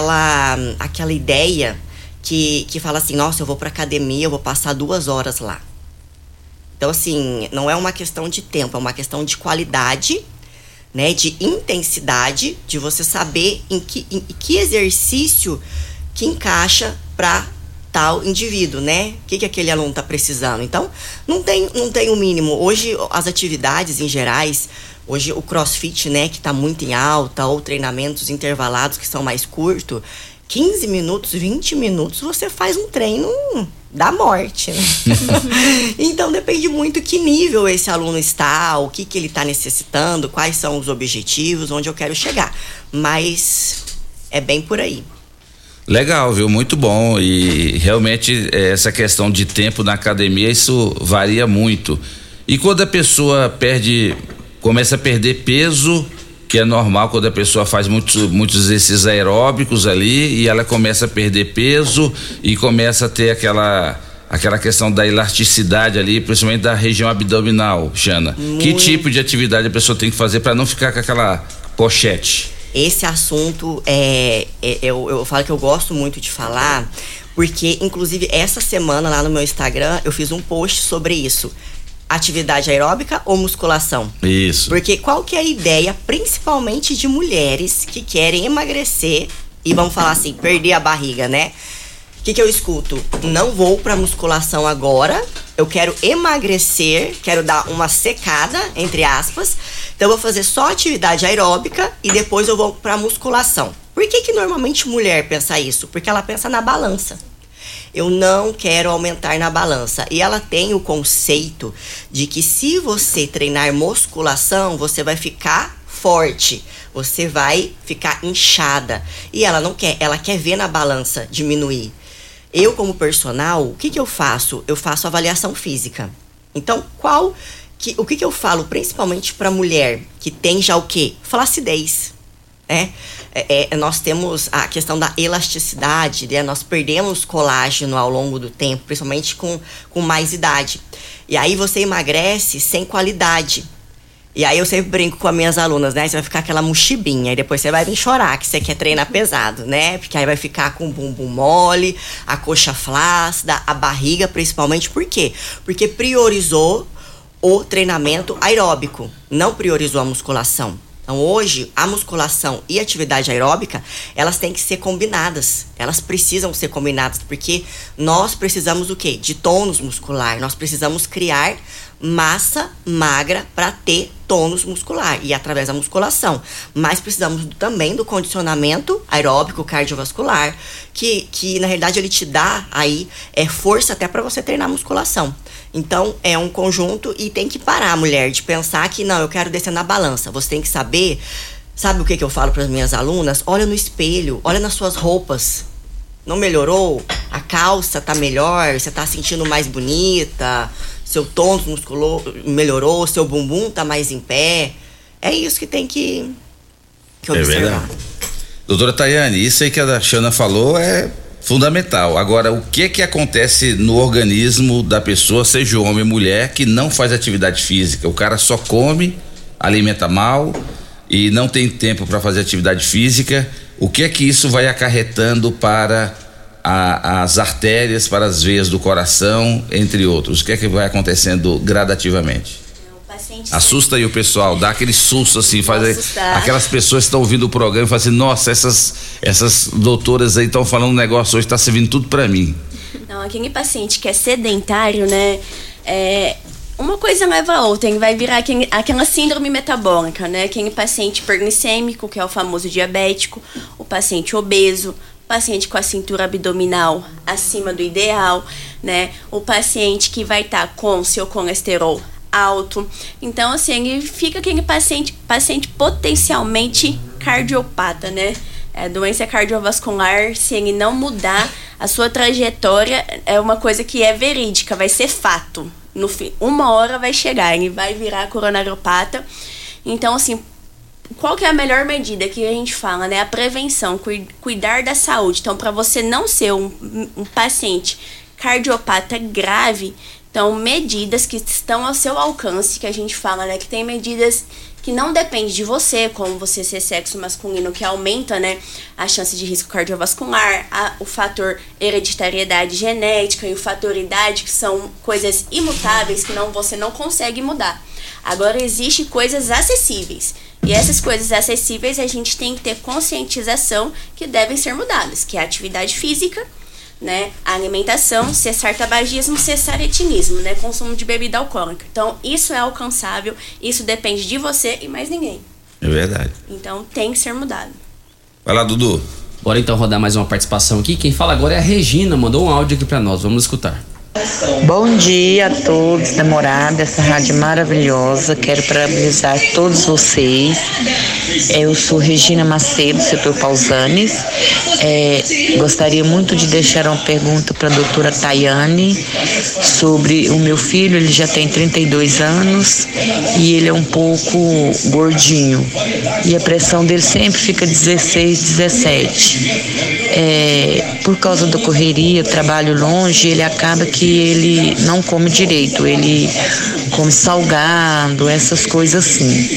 aquela ideia que fala assim, nossa, eu vou pra academia, eu vou passar 2 horas lá. Então assim, não é uma questão de tempo, é uma questão de qualidade, né, de intensidade, de você saber em que exercício que encaixa para tal indivíduo, né? O que aquele aluno tá precisando. Então, não tem um mínimo. Hoje, as atividades em gerais, hoje o CrossFit, né, que tá muito em alta, ou treinamentos intervalados que são mais curtos, 15 minutos, 20 minutos, você faz um treino da morte, né? Então depende muito que nível esse aluno está, o que ele está necessitando, quais são os objetivos, onde eu quero chegar. Mas é bem por aí. Legal, viu? Muito bom. E realmente essa questão de tempo na academia, isso varia muito. E quando a pessoa começa a perder peso, que é normal quando a pessoa faz muitos exercícios aeróbicos ali, e ela começa a perder peso e começa a ter aquela questão da elasticidade ali, principalmente da região abdominal, Xana. Que tipo de atividade a pessoa tem que fazer para não ficar com aquela pochete? Esse assunto eu falo que eu gosto muito de falar, porque inclusive essa semana lá no meu Instagram eu fiz um post sobre isso. Atividade aeróbica ou musculação? Isso. Porque qual que é a ideia, principalmente de mulheres que querem emagrecer e vamos falar assim, perder a barriga, né? O que eu escuto? Não vou pra musculação agora, eu quero emagrecer, quero dar uma secada, entre aspas, então eu vou fazer só atividade aeróbica e depois eu vou pra musculação. Por que normalmente mulher pensa isso? Porque ela pensa na balança. Eu não quero aumentar na balança. E ela tem o conceito de que se você treinar musculação, você vai ficar forte, você vai ficar inchada. E ela não quer, ela quer ver na balança diminuir. Eu, como personal, o que eu faço? Eu faço avaliação física. Então, o que eu falo principalmente para mulher que tem já o quê? Flacidez. né? Nós temos a questão da elasticidade, né? Nós perdemos colágeno ao longo do tempo, principalmente com mais idade. E aí você emagrece sem qualidade. E aí eu sempre brinco com as minhas alunas, né? Você vai ficar aquela mochibinha, e depois você vai vir chorar, que você quer treinar pesado, né? Porque aí vai ficar com o bumbum mole, a coxa flácida, a barriga principalmente. Por quê? Porque priorizou o treinamento aeróbico, não priorizou a musculação. Então hoje, a musculação e a atividade aeróbica, elas têm que ser combinadas. Elas precisam ser combinadas, porque nós precisamos do quê? De tônus muscular. Nós precisamos criar massa magra para ter tônus muscular e através da musculação. Mas precisamos também do condicionamento aeróbico cardiovascular, que na realidade ele te dá aí força até para você treinar musculação. Então é um conjunto e tem que parar, mulher, de pensar que não, eu quero descer na balança. Você tem que saber, sabe o que eu falo para as minhas alunas? Olha no espelho, olha nas suas roupas. Não melhorou? A calça tá melhor? Você tá sentindo mais bonita? Seu tônus musculoso melhorou? Seu bumbum tá mais em pé? É isso que tem que observar. É verdade. Doutora Tayane, isso aí que a Xana falou é fundamental. Agora, o que acontece no organismo da pessoa, seja homem ou mulher, que não faz atividade física? O cara só come, alimenta mal e não tem tempo para fazer atividade física. O que isso vai acarretando para as artérias, para as veias do coração, entre outros? O que vai acontecendo gradativamente? Assusta aí o pessoal, dá aquele susto assim, aquelas pessoas que estão ouvindo o programa e falam assim, nossa, essas doutoras aí estão falando um negócio hoje, está servindo tudo para mim. Não, aquele paciente que é sedentário, né, uma coisa leva a outra, vai virar aquela síndrome metabólica, né, aquele paciente hiperglicêmico, que é o famoso diabético, o paciente obeso, paciente com a cintura abdominal acima do ideal, né, o paciente que vai estar com seu colesterol alto. Então, assim, ele fica aquele paciente potencialmente cardiopata, né? A doença cardiovascular, se ele não mudar a sua trajetória, é uma coisa que é verídica, vai ser fato. No fim, uma hora vai chegar, ele vai virar coronariopata. Então, assim, qual que é a melhor medida que a gente fala, né? A prevenção, cuidar da saúde. Então, para você não ser um paciente cardiopata grave, então, medidas que estão ao seu alcance, que a gente fala, né, que tem medidas que não dependem de você, como você ser sexo masculino, que aumenta, né, a chance de risco cardiovascular, o fator hereditariedade genética e o fator idade, que são coisas imutáveis que você não consegue mudar. Agora, existem coisas acessíveis. E essas coisas acessíveis a gente tem que ter conscientização que devem ser mudadas, que é a atividade física, né, a alimentação, cessar tabagismo, cessar etilismo, né, consumo de bebida alcoólica. Então, isso é alcançável, isso depende de você e mais ninguém. É verdade. Então, tem que ser mudado. Vai lá, Dudu. Bora então rodar mais uma participação aqui. Quem fala agora é a Regina, mandou um áudio aqui pra nós, vamos escutar. Bom dia a todos da Morada, essa rádio maravilhosa. Quero parabenizar todos vocês. Eu sou Regina Macedo, setor Pausanes. Gostaria muito de deixar uma pergunta para a doutora Tayane sobre o meu filho. Ele já tem 32 anos e ele é um pouco gordinho. E a pressão dele sempre fica 16, 17. Por causa da correria, trabalho longe, ele acaba que ele não come direito, ele come salgado, essas coisas assim.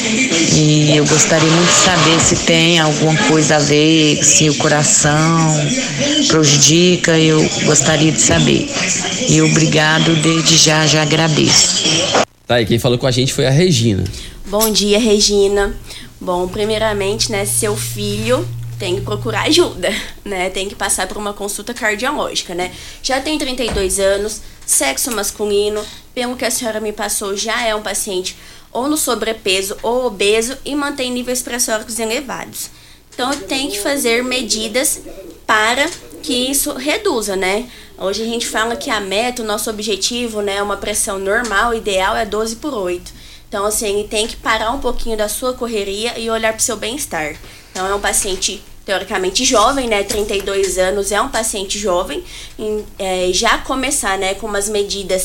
E eu gostaria muito de saber se tem alguma coisa a ver, se o coração prejudica, eu gostaria de saber. E obrigado, desde já agradeço. Tá, e quem falou com a gente foi a Regina. Bom dia, Regina. Bom, primeiramente, né, seu filho tem que procurar ajuda, né? Tem que passar por uma consulta cardiológica, né? Já tem 32 anos, sexo masculino, pelo que a senhora me passou, já é um paciente ou no sobrepeso ou obeso e mantém níveis pressóricos elevados. Então, tem que fazer medidas para que isso reduza, né? Hoje a gente fala que a meta, o nosso objetivo, né, uma pressão normal, ideal é 12/8. Então, assim, ele tem que parar um pouquinho da sua correria e olhar para o seu bem-estar. Então, é um paciente teoricamente jovem, né, 32 anos, é um paciente jovem, já começar, né, com umas medidas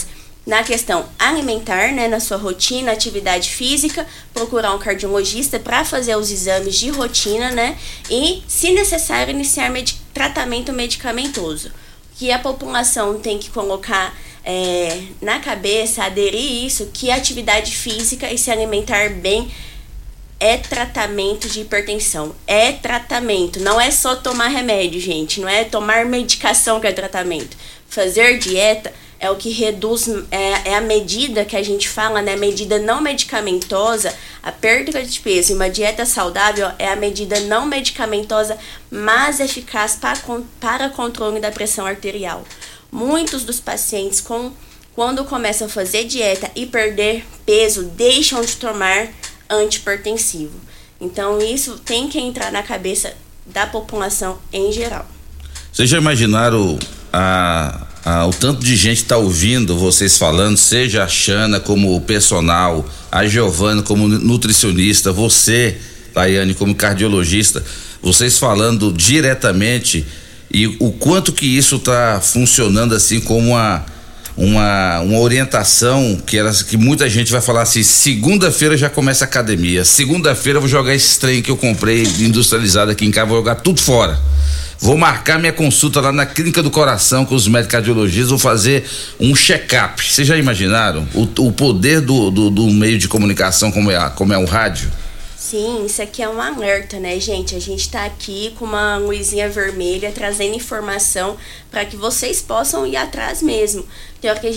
na questão alimentar, né, na sua rotina, atividade física, procurar um cardiologista para fazer os exames de rotina, né, e, se necessário, iniciar tratamento medicamentoso. Que a população tem que colocar na cabeça, aderir isso, que a atividade física e se alimentar bem é tratamento de hipertensão. É tratamento, não é só tomar remédio, gente, não é tomar medicação que é tratamento. Fazer dieta é o que reduz, é a medida que a gente fala, né? Medida não medicamentosa, a perda de peso. E uma dieta saudável é a medida não medicamentosa mais eficaz para controle da pressão arterial. Muitos dos pacientes, quando começam a fazer dieta e perder peso, deixam de tomar antihipertensivo. Então, isso tem que entrar na cabeça da população em geral. Vocês já imaginaram o tanto de gente está ouvindo vocês falando, seja a Xana como personal, a Giovana como nutricionista, você, Tayane, como cardiologista, vocês falando diretamente, e o quanto que isso está funcionando assim como uma orientação que muita gente vai falar assim: segunda-feira já começa a academia, segunda-feira eu vou jogar esse trem que eu comprei industrializado aqui em casa, vou jogar tudo fora. Vou marcar minha consulta lá na Clínica do Coração com os médicos cardiologistas, vou fazer um check-up. Vocês já imaginaram o poder do meio de comunicação como é o rádio? Sim, isso aqui é um alerta, né, gente? A gente tá aqui com uma luzinha vermelha trazendo informação para que vocês possam ir atrás mesmo. Tem hora que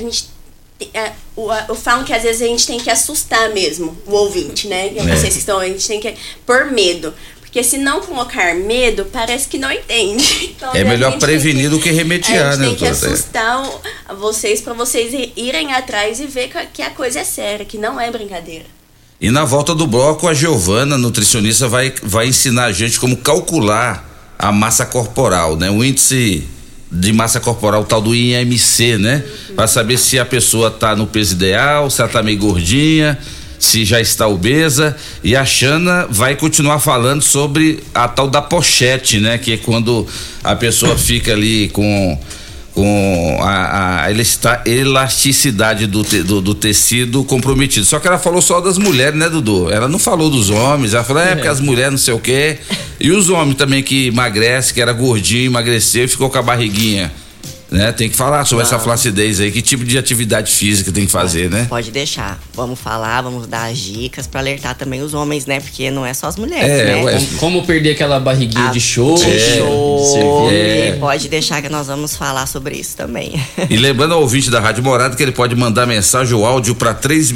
eu falo que às vezes a gente tem que assustar mesmo o ouvinte, né? Vocês que estão, a gente tem que por medo. Porque se não colocar medo, parece que não entende. Então, é melhor prevenir do que remediar, né? A gente tem que assustar vocês para vocês irem atrás e ver que a coisa é séria, que não é brincadeira. E na volta do bloco, a Giovana, nutricionista, vai ensinar a gente como calcular a massa corporal, né? O índice de massa corporal, tal do IMC, né? Para saber se a pessoa tá no peso ideal, se ela tá meio gordinha, se já está obesa. E a Xana vai continuar falando sobre a tal da pochete, né? Que é quando a pessoa fica ali com a elasticidade do tecido comprometido. Só que ela falou só das mulheres, né, Dudu? Ela não falou dos homens. Ela falou, porque as mulheres não sei o quê. E os homens também que emagrecem, que era gordinho, emagreceu e ficou com a barriguinha, né? Tem que falar sobre essa flacidez aí, que tipo de atividade física tem que fazer, né? Pode deixar, vamos falar, vamos dar as dicas pra alertar também os homens, né? Porque não é só as mulheres, né? Como perder aquela barriguinha de show. Pode deixar que nós vamos falar sobre isso também. E lembrando ao ouvinte da Rádio Morada que ele pode mandar mensagem ou áudio pra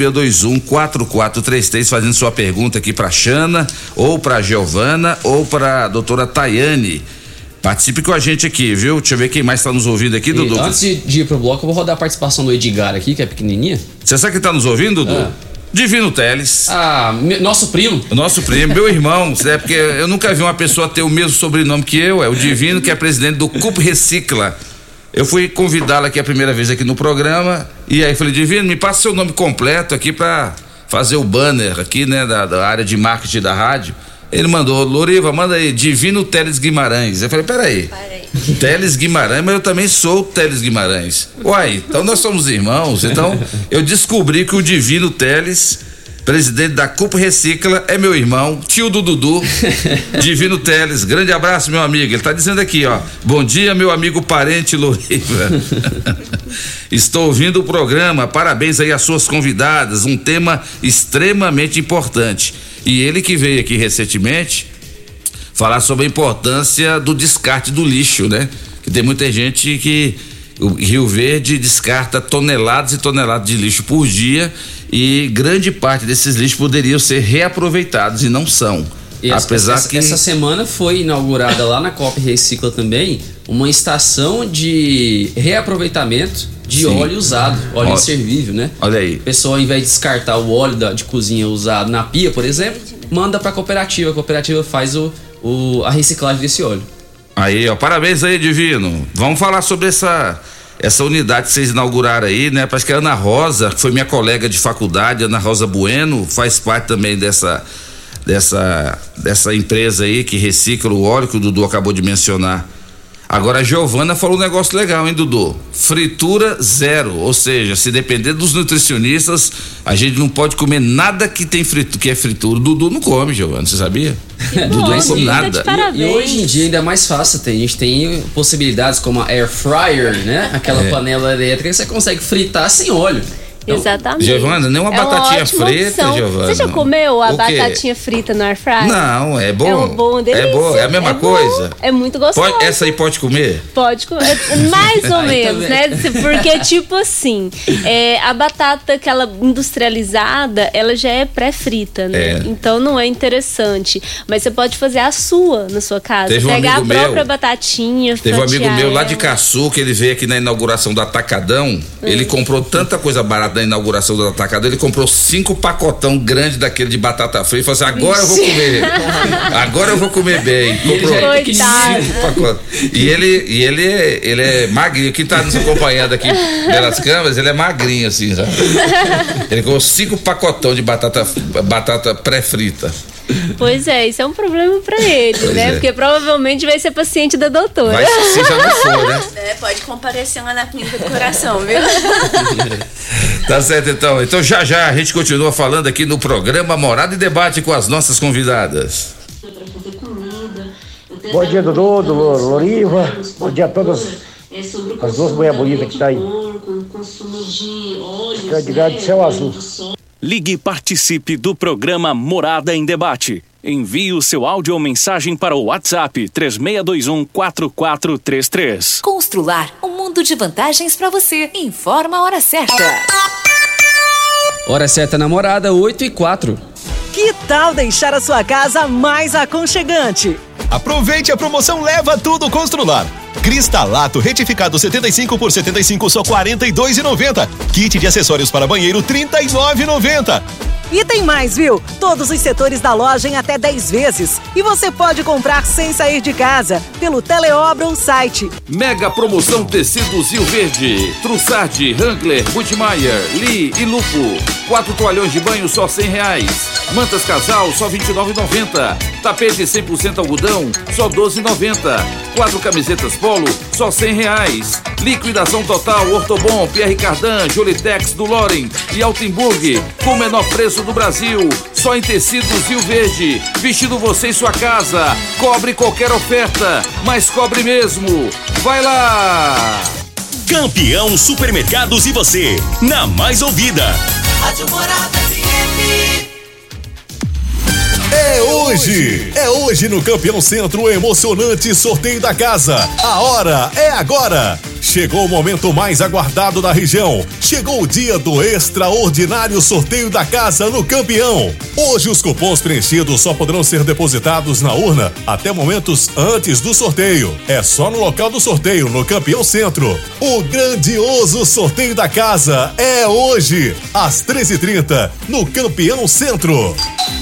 3621-4433 fazendo sua pergunta aqui pra Xana, ou pra Giovana, ou pra doutora Tayane. Participe com a gente aqui, viu? Deixa eu ver quem mais está nos ouvindo aqui, Dudu. Antes de ir pro bloco, eu vou rodar a participação do Edgar aqui, que é pequenininha. Você sabe quem tá nos ouvindo, Dudu? Divino Teles. Nosso primo. Nosso primo, meu irmão, porque eu nunca vi uma pessoa ter o mesmo sobrenome que eu, é o Divino, que é presidente do CUP Recicla. Eu fui convidá-lo aqui a primeira vez aqui no programa, e aí falei, Divino, me passa seu nome completo aqui para fazer o banner aqui, né, da área de marketing da rádio. Ele mandou, Loriva, manda aí, Divino Teles Guimarães. Eu falei, peraí. Teles Guimarães, mas eu também sou o Teles Guimarães. Uai, então nós somos irmãos. Então eu descobri que o Divino Teles, presidente da CUP Recicla, é meu irmão, tio do Dudu. Divino Teles, grande abraço, meu amigo. Ele tá dizendo aqui, ó, bom dia, meu amigo parente Loriva. Estou ouvindo o programa, parabéns aí às suas convidadas, um tema extremamente importante. E ele que veio aqui recentemente falar sobre a importância do descarte do lixo, né? Que tem muita gente que o Rio Verde descarta toneladas e toneladas de lixo por dia, e grande parte desses lixos poderiam ser reaproveitados e não são. E essa semana foi inaugurada lá na COP Recicla também uma estação de reaproveitamento de óleo usado, óleo inservível, né? Olha aí. O pessoal, ao invés de descartar o óleo de cozinha usado na pia, por exemplo, manda pra cooperativa. A cooperativa faz a reciclagem desse óleo. Aí, ó, parabéns aí, Divino. Vamos falar sobre essa unidade que vocês inauguraram aí, né? Parece que a Ana Rosa, que foi minha colega de faculdade, Ana Rosa Bueno, faz parte também dessa empresa aí que recicla o óleo que o Dudu acabou de mencionar. Agora a Giovana falou um negócio legal, hein, Dudu? Fritura zero, ou seja, se depender dos nutricionistas, a gente não pode comer nada que tem que é fritura. O Dudu não come, Giovana, você sabia? Dudu não come nada. E hoje em dia ainda é mais fácil, a gente tem possibilidades como a air fryer, né? Aquela panela elétrica que você consegue fritar sem óleo. Então, exatamente. Giovana, nem uma batatinha frita, Giovana. Você já comeu a batatinha frita no air fryer? Não, é bom. É uma boa delícia. É bom, é a mesma coisa. É muito gostoso. Essa aí pode comer? Pode comer, mais ou menos, né? Porque tipo assim, a batata aquela industrializada, ela já é pré-frita, né? Então não é interessante. Mas você pode fazer a sua na sua casa. Pegar a própria batatinha, teve um amigo meu lá de Caçu, que ele veio aqui na inauguração do Atacadão, ele comprou tanta coisa barata na inauguração do Atacadão, ele comprou 5 pacotão grande daquele de batata frita e falou assim, agora eu vou comer. Agora eu vou comer bem. Comprou 5 pacotes. E ele é magrinho. Quem tá nos acompanhando aqui pelas câmeras, ele é magrinho assim, sabe? Ele comprou 5 pacotão de batata pré-frita. Pois é, isso é um problema pra ele, né? Porque provavelmente vai ser paciente da doutora. Vai, se já não for, né? Pode comparecer lá na clínica do coração, viu? Tá certo, então. Então já a gente continua falando aqui no programa Morada e Debate com as nossas convidadas. Bom dia, Dudu, Loriva. Bom dia a todas as duas mulheres bonitas que tá aí. Fica de gado de céu azul. Ligue e participe do programa Morada em Debate. Envie o seu áudio ou mensagem para o WhatsApp 3621-4433. Constrular um mundo de vantagens para você. Informa a hora certa. Hora certa na Morada, 8h04. Que tal deixar a sua casa mais aconchegante? Aproveite a promoção Leva Tudo Constrular. Cristalato retificado 75 por 75 só R$ 42,90. Kit de acessórios para banheiro R$ 39,90. E tem mais, viu? Todos os setores da loja em até 10 vezes. E você pode comprar sem sair de casa, pelo Teleobra ou site. Mega promoção Tecidos Rio Verde. Trussardi, Wrangler, Budmeier, Lee e Lupo. 4 toalhões de banho só R$100. Mantas Casal só R$29,90. Tapete 100% algodão só R$12,90. 4 camisetas Polo só R$100. Liquidação total Ortobon, Pierre Cardin, Jolitex do Loren e Altenburg com o menor preço do Brasil. Só em Tecidos Rio Verde. Vestindo você em sua casa. Cobre qualquer oferta, mas cobre mesmo. Vai lá! Campeão Supermercados e você, na mais ouvida. Rádio Morada FM. É hoje no Campeão Centro o emocionante sorteio da casa. A hora é agora. Chegou o momento mais aguardado da região. Chegou o dia do extraordinário sorteio da casa no Campeão. Hoje os cupons preenchidos só poderão ser depositados na urna até momentos antes do sorteio. É só no local do sorteio, no Campeão Centro. O grandioso sorteio da casa é hoje, às 13h30, no Campeão Centro.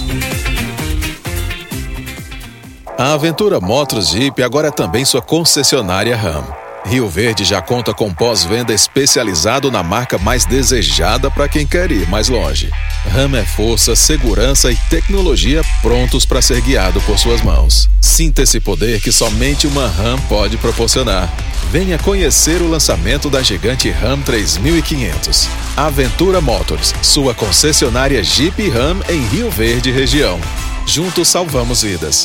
A Aventura Motos Jeep agora é também sua concessionária Ram. Rio Verde já conta com pós-venda especializado na marca mais desejada para quem quer ir mais longe. Ram é força, segurança e tecnologia prontos para ser guiado por suas mãos. Sinta esse poder que somente uma Ram pode proporcionar. Venha conhecer o lançamento da gigante Ram 3500. Aventura Motors, sua concessionária Jeep Ram em Rio Verde região. Juntos salvamos vidas.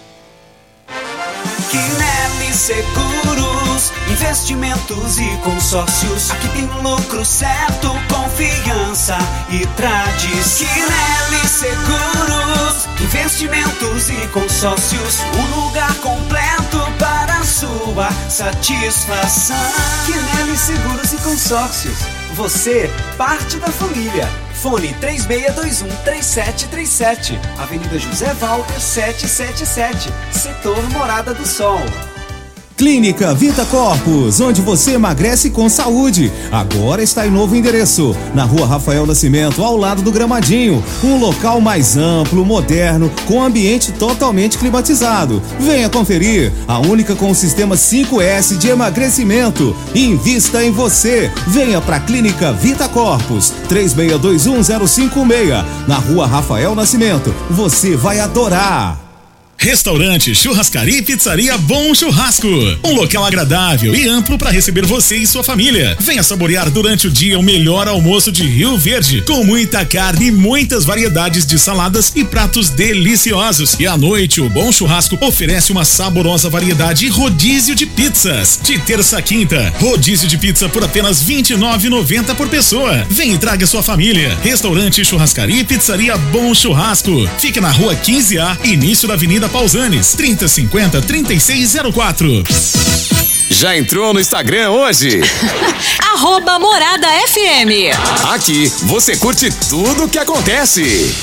Quinelli Seguros, investimentos e consórcios. Aqui tem lucro certo, confiança e tradição. Quinelli Seguros, investimentos e consórcios. Um lugar completo para a sua satisfação. Quinelli Seguros e Consórcios. Você, parte da família. Fone 3621-3737. Avenida José Walter 777. Setor Morada do Sol. Clínica Vita Corpus, onde você emagrece com saúde. Agora está em novo endereço, na Rua Rafael Nascimento, ao lado do Gramadinho. Um local mais amplo, moderno, com ambiente totalmente climatizado. Venha conferir, a única com o sistema 5S de emagrecimento. Invista em você. Venha para a Clínica Vita Corpus, 3621-056, na Rua Rafael Nascimento. Você vai adorar. Restaurante, churrascaria e pizzaria Bom Churrasco. Um local agradável e amplo para receber você e sua família. Venha saborear durante o dia o melhor almoço de Rio Verde, com muita carne e muitas variedades de saladas e pratos deliciosos. E à noite, o Bom Churrasco oferece uma saborosa variedade e rodízio de pizzas. De terça a quinta, rodízio de pizza por apenas R$ 29,90 por pessoa. Vem e traga sua família. Restaurante, churrascaria e pizzaria Bom Churrasco. Fica na rua 15A, início da Avenida Pausanes, 3050-3604. Já entrou no Instagram hoje? @Morada FM. Aqui você curte tudo o que acontece.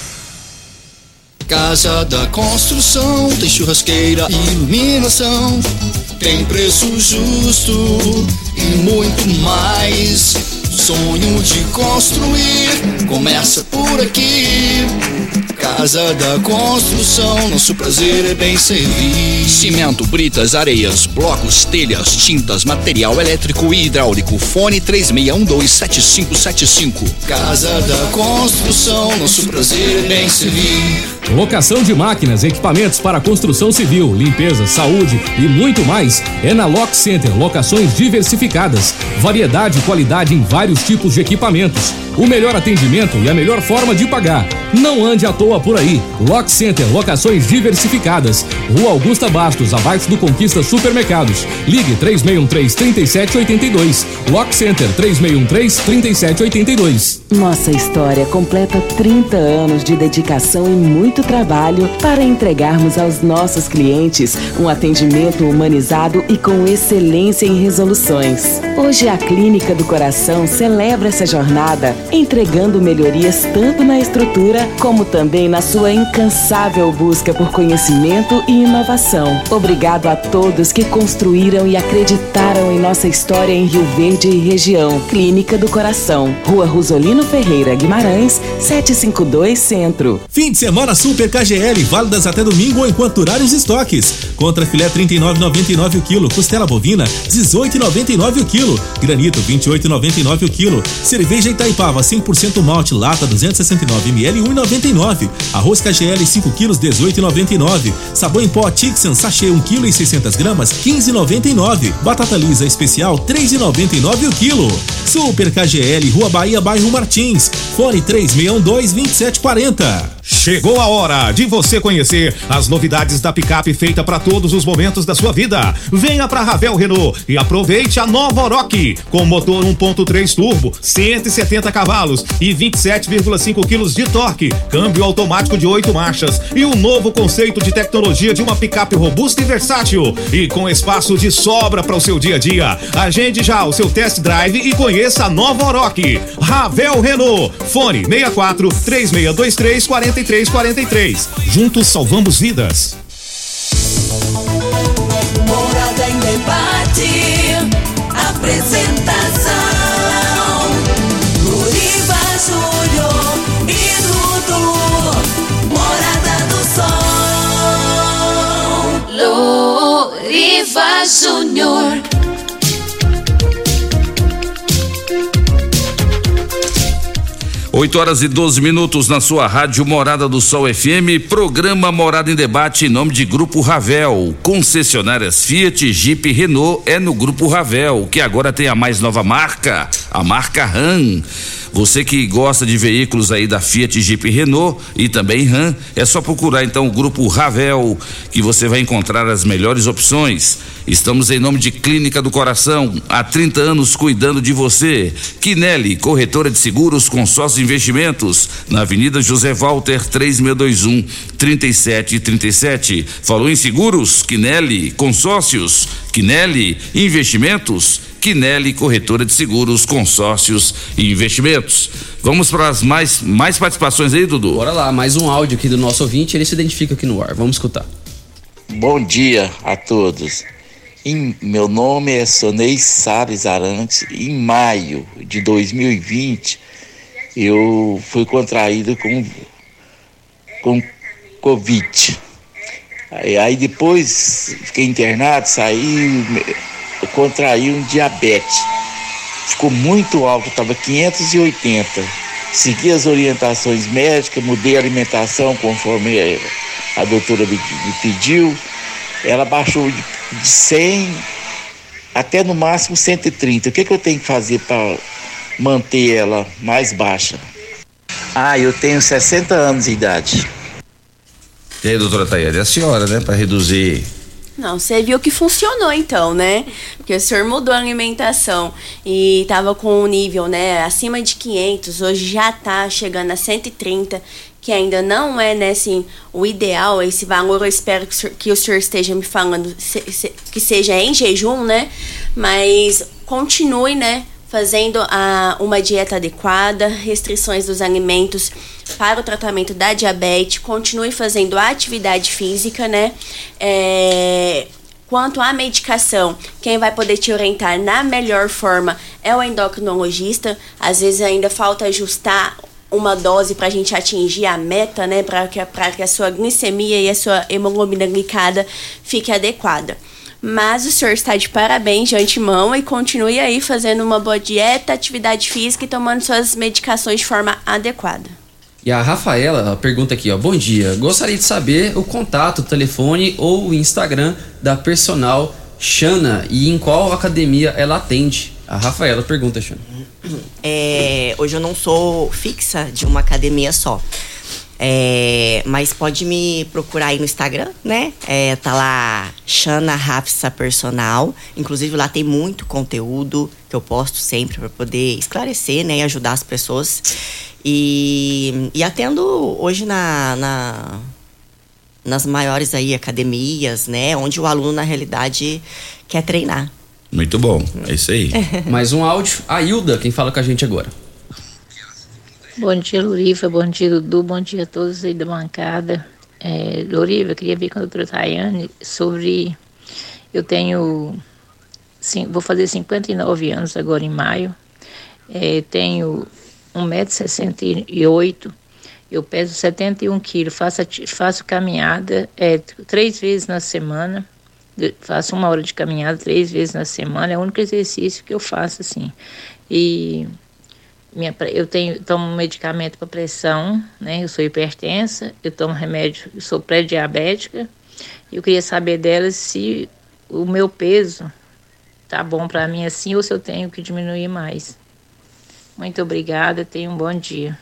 Casa da Construção, tem churrasqueira e iluminação, tem preço justo e muito mais. Sonho de construir começa por aqui. Casa da Construção, nosso prazer é bem servir. Cimento, britas, areias, blocos, telhas, tintas, material elétrico e hidráulico. Fone 36127575. Casa da Construção, nosso prazer é bem servir. Locação de máquinas, equipamentos para construção civil, limpeza, saúde e muito mais é na Lock Center. Locações diversificadas, variedade e qualidade em vários tipos de equipamentos. O melhor atendimento e a melhor forma de pagar. Não ande à toa por aí. Lock Center, locações diversificadas. Rua Augusta Bastos, abaixo do Conquista Supermercados. Ligue 3613-3782. Lock Center 3613-3782. Nossa história completa 30 anos de dedicação e muito trabalho para entregarmos aos nossos clientes um atendimento humanizado e com excelência em resoluções. Hoje a Clínica do Coração celebra essa jornada, entregando melhorias tanto na estrutura como também na sua incansável busca por conhecimento e inovação. Obrigado a todos que construíram e acreditaram em nossa história em Rio Verde e região. Clínica do Coração, Rua Rosolino Ferreira Guimarães, 752 Centro. Fim de semana Super KGL, válidas até domingo ou enquanto durarem os estoques. Contra filé R$ 39,99 o quilo, costela bovina R$ 18,99 o quilo, granito R$ 28,99 o quilo, cerveja Itaipava 100% malte lata 269 ml R$ 1,99, arroz KGL 5 quilos R$ 18,99, sabão em pó Tixan sachê 1 kg e 600 gramas R$ 15,99, batata lisa especial R$ 3,99 o quilo. Super KGL, Rua Bahia, bairro Martins, fone 3612-2740. Chegou a hora de você conhecer as novidades da picape feita para todos os momentos da sua vida. Venha para Ravel Renault e aproveite a nova Oroch com motor 1.3 turbo, 170 cavalos e 27,5 quilos de torque, câmbio automático de 8 marchas e um novo conceito de tecnologia de uma picape robusta e versátil e com espaço de sobra para o seu dia a dia. Agende já o seu test drive e conheça a nova Oroch. Ravel Renault, fone 64 3623 4343. Juntos salvamos vidas. Morada em debate. Apresentação: Luriva Júnior e Dudu. Morada do Sol. Luriva Júnior. 8h12 na sua rádio Morada do Sol FM, programa Morada em Debate em nome de Grupo Ravel. Concessionárias Fiat, Jeep e Renault é no Grupo Ravel, que agora tem a mais nova marca, a marca RAM. Você que gosta de veículos aí da Fiat, Jeep e Renault e também RAM, é só procurar então o Grupo Ravel, que você vai encontrar as melhores opções. Estamos em nome de Clínica do Coração, há 30 anos cuidando de você. Quinelli, corretora de seguros, consórcio e investimentos, na Avenida José Walter, 3621-3737. Falou em seguros? Quinelli, consórcios, Quinelli, investimentos, Quinelli, corretora de seguros, consórcios e investimentos. Vamos para as mais participações aí, Dudu? Bora lá, mais um áudio aqui do nosso ouvinte, ele se identifica aqui no ar, vamos escutar. Bom dia a todos. Meu nome é Sonei Salles Arantes. Em maio de 2020, eu fui contraído com Covid. Aí depois fiquei internado, saí, contraí um diabetes. Ficou muito alto, estava 580. Segui as orientações médicas, mudei a alimentação conforme a doutora me pediu, ela baixou de 100 até no máximo 130. O que eu tenho que fazer para manter ela mais baixa? Eu tenho 60 anos de idade. E aí, doutora Tayane, a senhora, né, para reduzir... Não, você viu que funcionou então, né? Porque o senhor mudou a alimentação e tava com um nível, né, acima de 500, hoje já tá chegando a 130, que ainda não é, né, assim, o ideal, esse valor eu espero que o senhor esteja me falando que seja em jejum, né? Mas continue, né, fazendo uma dieta adequada, restrições dos alimentos para o tratamento da diabetes, continue fazendo a atividade física, né? Quanto à medicação, quem vai poder te orientar na melhor forma é o endocrinologista. Às vezes ainda falta ajustar uma dose para a gente atingir a meta, né? Para que a sua glicemia e a sua hemoglobina glicada fique adequada. Mas o senhor está de parabéns de antemão e continue aí fazendo uma boa dieta, atividade física e tomando suas medicações de forma adequada. E a Rafaela pergunta aqui, ó, bom dia, gostaria de saber o contato, o telefone ou o Instagram da personal Xana e em qual academia ela atende. A Rafaela pergunta, Xana. Hoje eu não sou fixa de uma academia só. Mas pode me procurar aí no Instagram, né? Tá lá Xana Rafsa Personal. Inclusive lá tem muito conteúdo que eu posto sempre para poder esclarecer, né? E ajudar as pessoas. E atendo hoje nas maiores aí academias, né? Onde o aluno na realidade quer treinar. Muito bom, é isso aí. Mais um áudio, a Hilda, quem fala com a gente agora. Bom dia, Loriva, bom dia, Dudu, bom dia a todos aí da bancada. Loriva, eu queria ver com a doutora Tayane sobre... Eu vou fazer 59 anos agora em maio. Tenho 1,68 m, eu peso 71 quilos, faço caminhada 3 vezes na semana. Faço 1 hora de caminhada 3 vezes na semana, é o único exercício que eu faço, assim. E... eu tomo medicamento para pressão, né? Eu sou hipertensa, eu tomo remédio, eu sou pré-diabética. Eu queria saber dela se o meu peso tá bom para mim assim ou se eu tenho que diminuir mais. Muito obrigada, tenha um bom dia.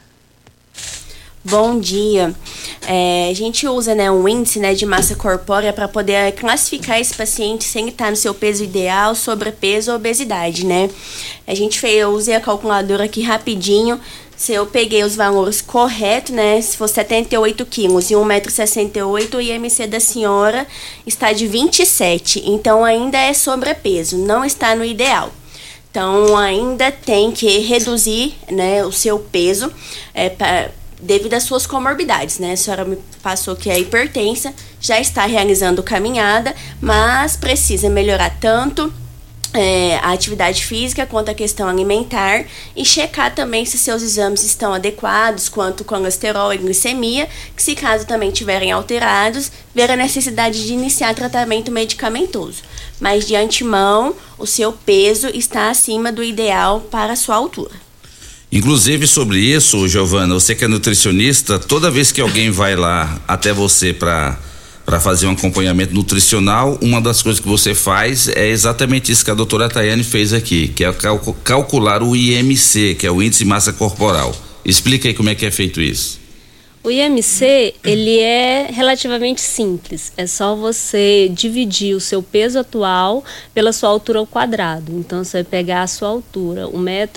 Bom dia. A gente usa, né, um índice, né, de massa corpórea para poder classificar esse paciente se ele está no seu peso ideal, sobrepeso ou obesidade, né? Eu usei a calculadora aqui rapidinho. Se eu peguei os valores corretos, né? Se for 78 quilos e 1,68 m, o IMC da senhora está de 27. Então ainda é sobrepeso, não está no ideal. Então ainda tem que reduzir, né, o seu peso devido às suas comorbidades, né? A senhora me passou que é hipertensa, já está realizando caminhada, mas precisa melhorar tanto a atividade física quanto a questão alimentar e checar também se seus exames estão adequados quanto colesterol e glicemia, que se caso também estiverem alterados, ver a necessidade de iniciar tratamento medicamentoso. Mas de antemão, o seu peso está acima do ideal para a sua altura. Inclusive sobre isso, Giovana, você que é nutricionista, toda vez que alguém vai lá até você para fazer um acompanhamento nutricional, uma das coisas que você faz é exatamente isso que a doutora Tayane fez aqui, que é calcular o IMC, que é o índice de massa corporal. Explica aí como é que é feito isso. O IMC, ele é relativamente simples. É só você dividir o seu peso atual pela sua altura ao quadrado. Então, você vai pegar a sua altura,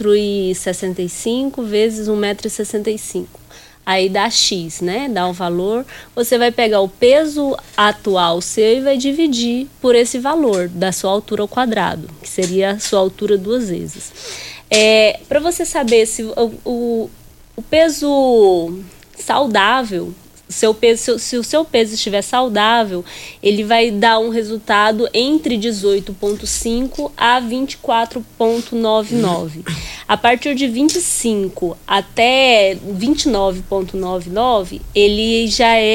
1,65 m vezes 1,65 m. Aí dá X, né? Dá o valor. Você vai pegar o peso atual seu e vai dividir por esse valor da sua altura ao quadrado, que seria a sua altura 2 vezes. Para você saber se o peso saudável, se o seu peso estiver saudável, ele vai dar um resultado entre 18,5 a 24,99. A partir de 25 até 29,99, ele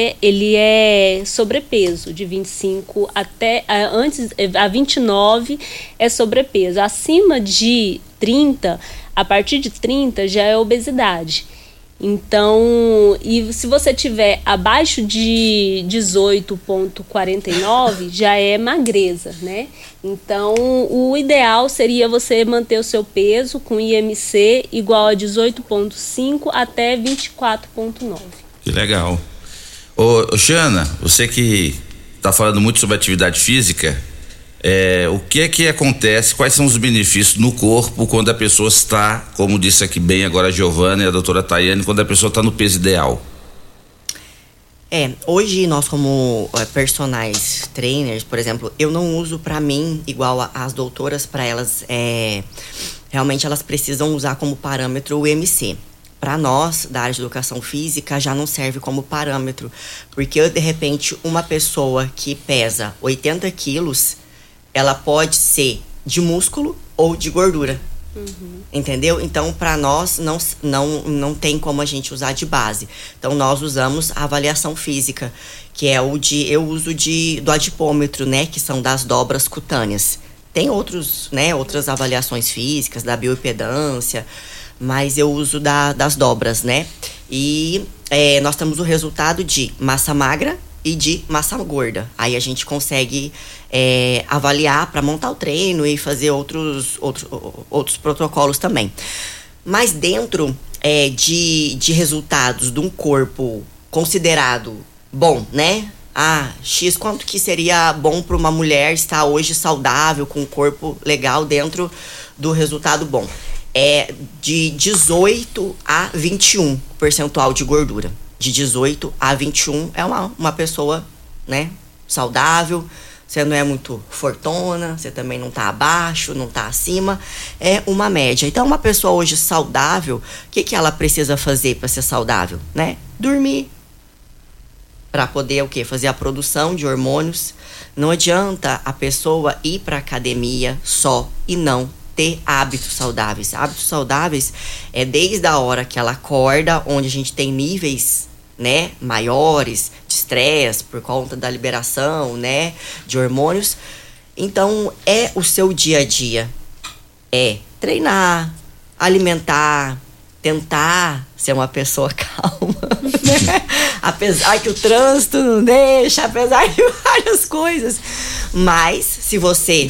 é sobrepeso. De 25 até a 29 é sobrepeso. Acima de 30, a partir de 30 já é obesidade. Então, e se você tiver abaixo de 18,49, já é magreza, né? Então, o ideal seria você manter o seu peso com IMC igual a 18,5 até 24,9. Que legal. Ô, Xana, você que está falando muito sobre atividade física, o que acontece, quais são os benefícios no corpo quando a pessoa está, como disse aqui bem agora a Giovana e a doutora Tayane, quando a pessoa está no peso ideal? Hoje nós como personagens trainers, por exemplo, eu não uso pra mim igual as doutoras, pra elas, realmente elas precisam usar como parâmetro o IMC. Para nós, da área de educação física, já não serve como parâmetro, porque de repente uma pessoa que pesa 80 quilos, ela pode ser de músculo ou de gordura. Entendeu? Então, para nós, não tem como a gente usar de base. Então, nós usamos a avaliação física, que é eu uso do adipômetro, né? Que são das dobras cutâneas. Tem outras avaliações físicas, da bioimpedância, mas eu uso das dobras, né? E nós temos o resultado de massa magra e de massa gorda. Aí a gente consegue avaliar para montar o treino e fazer outros protocolos também. Mas dentro de resultados de um corpo considerado bom, né? X, quanto que seria bom para uma mulher estar hoje saudável, com um corpo legal dentro do resultado bom? De 18 a 21 percentual de gordura. De 18 a 21 é uma pessoa, né, saudável. Você não é muito fortona, você também não tá abaixo, não tá acima, é uma média. Então, uma pessoa hoje saudável, o que ela precisa fazer para ser saudável, né? Dormir, para poder o quê? Fazer a produção de hormônios. Não adianta a pessoa ir para academia só e não ter hábitos saudáveis. Hábitos saudáveis é desde a hora que ela acorda, onde a gente tem níveis, né, maiores de estresse por conta da liberação, né, de hormônios. Então, o seu dia a dia treinar, alimentar, tentar ser uma pessoa calma, né? Apesar que o trânsito não deixa, apesar de várias coisas. Mas, se você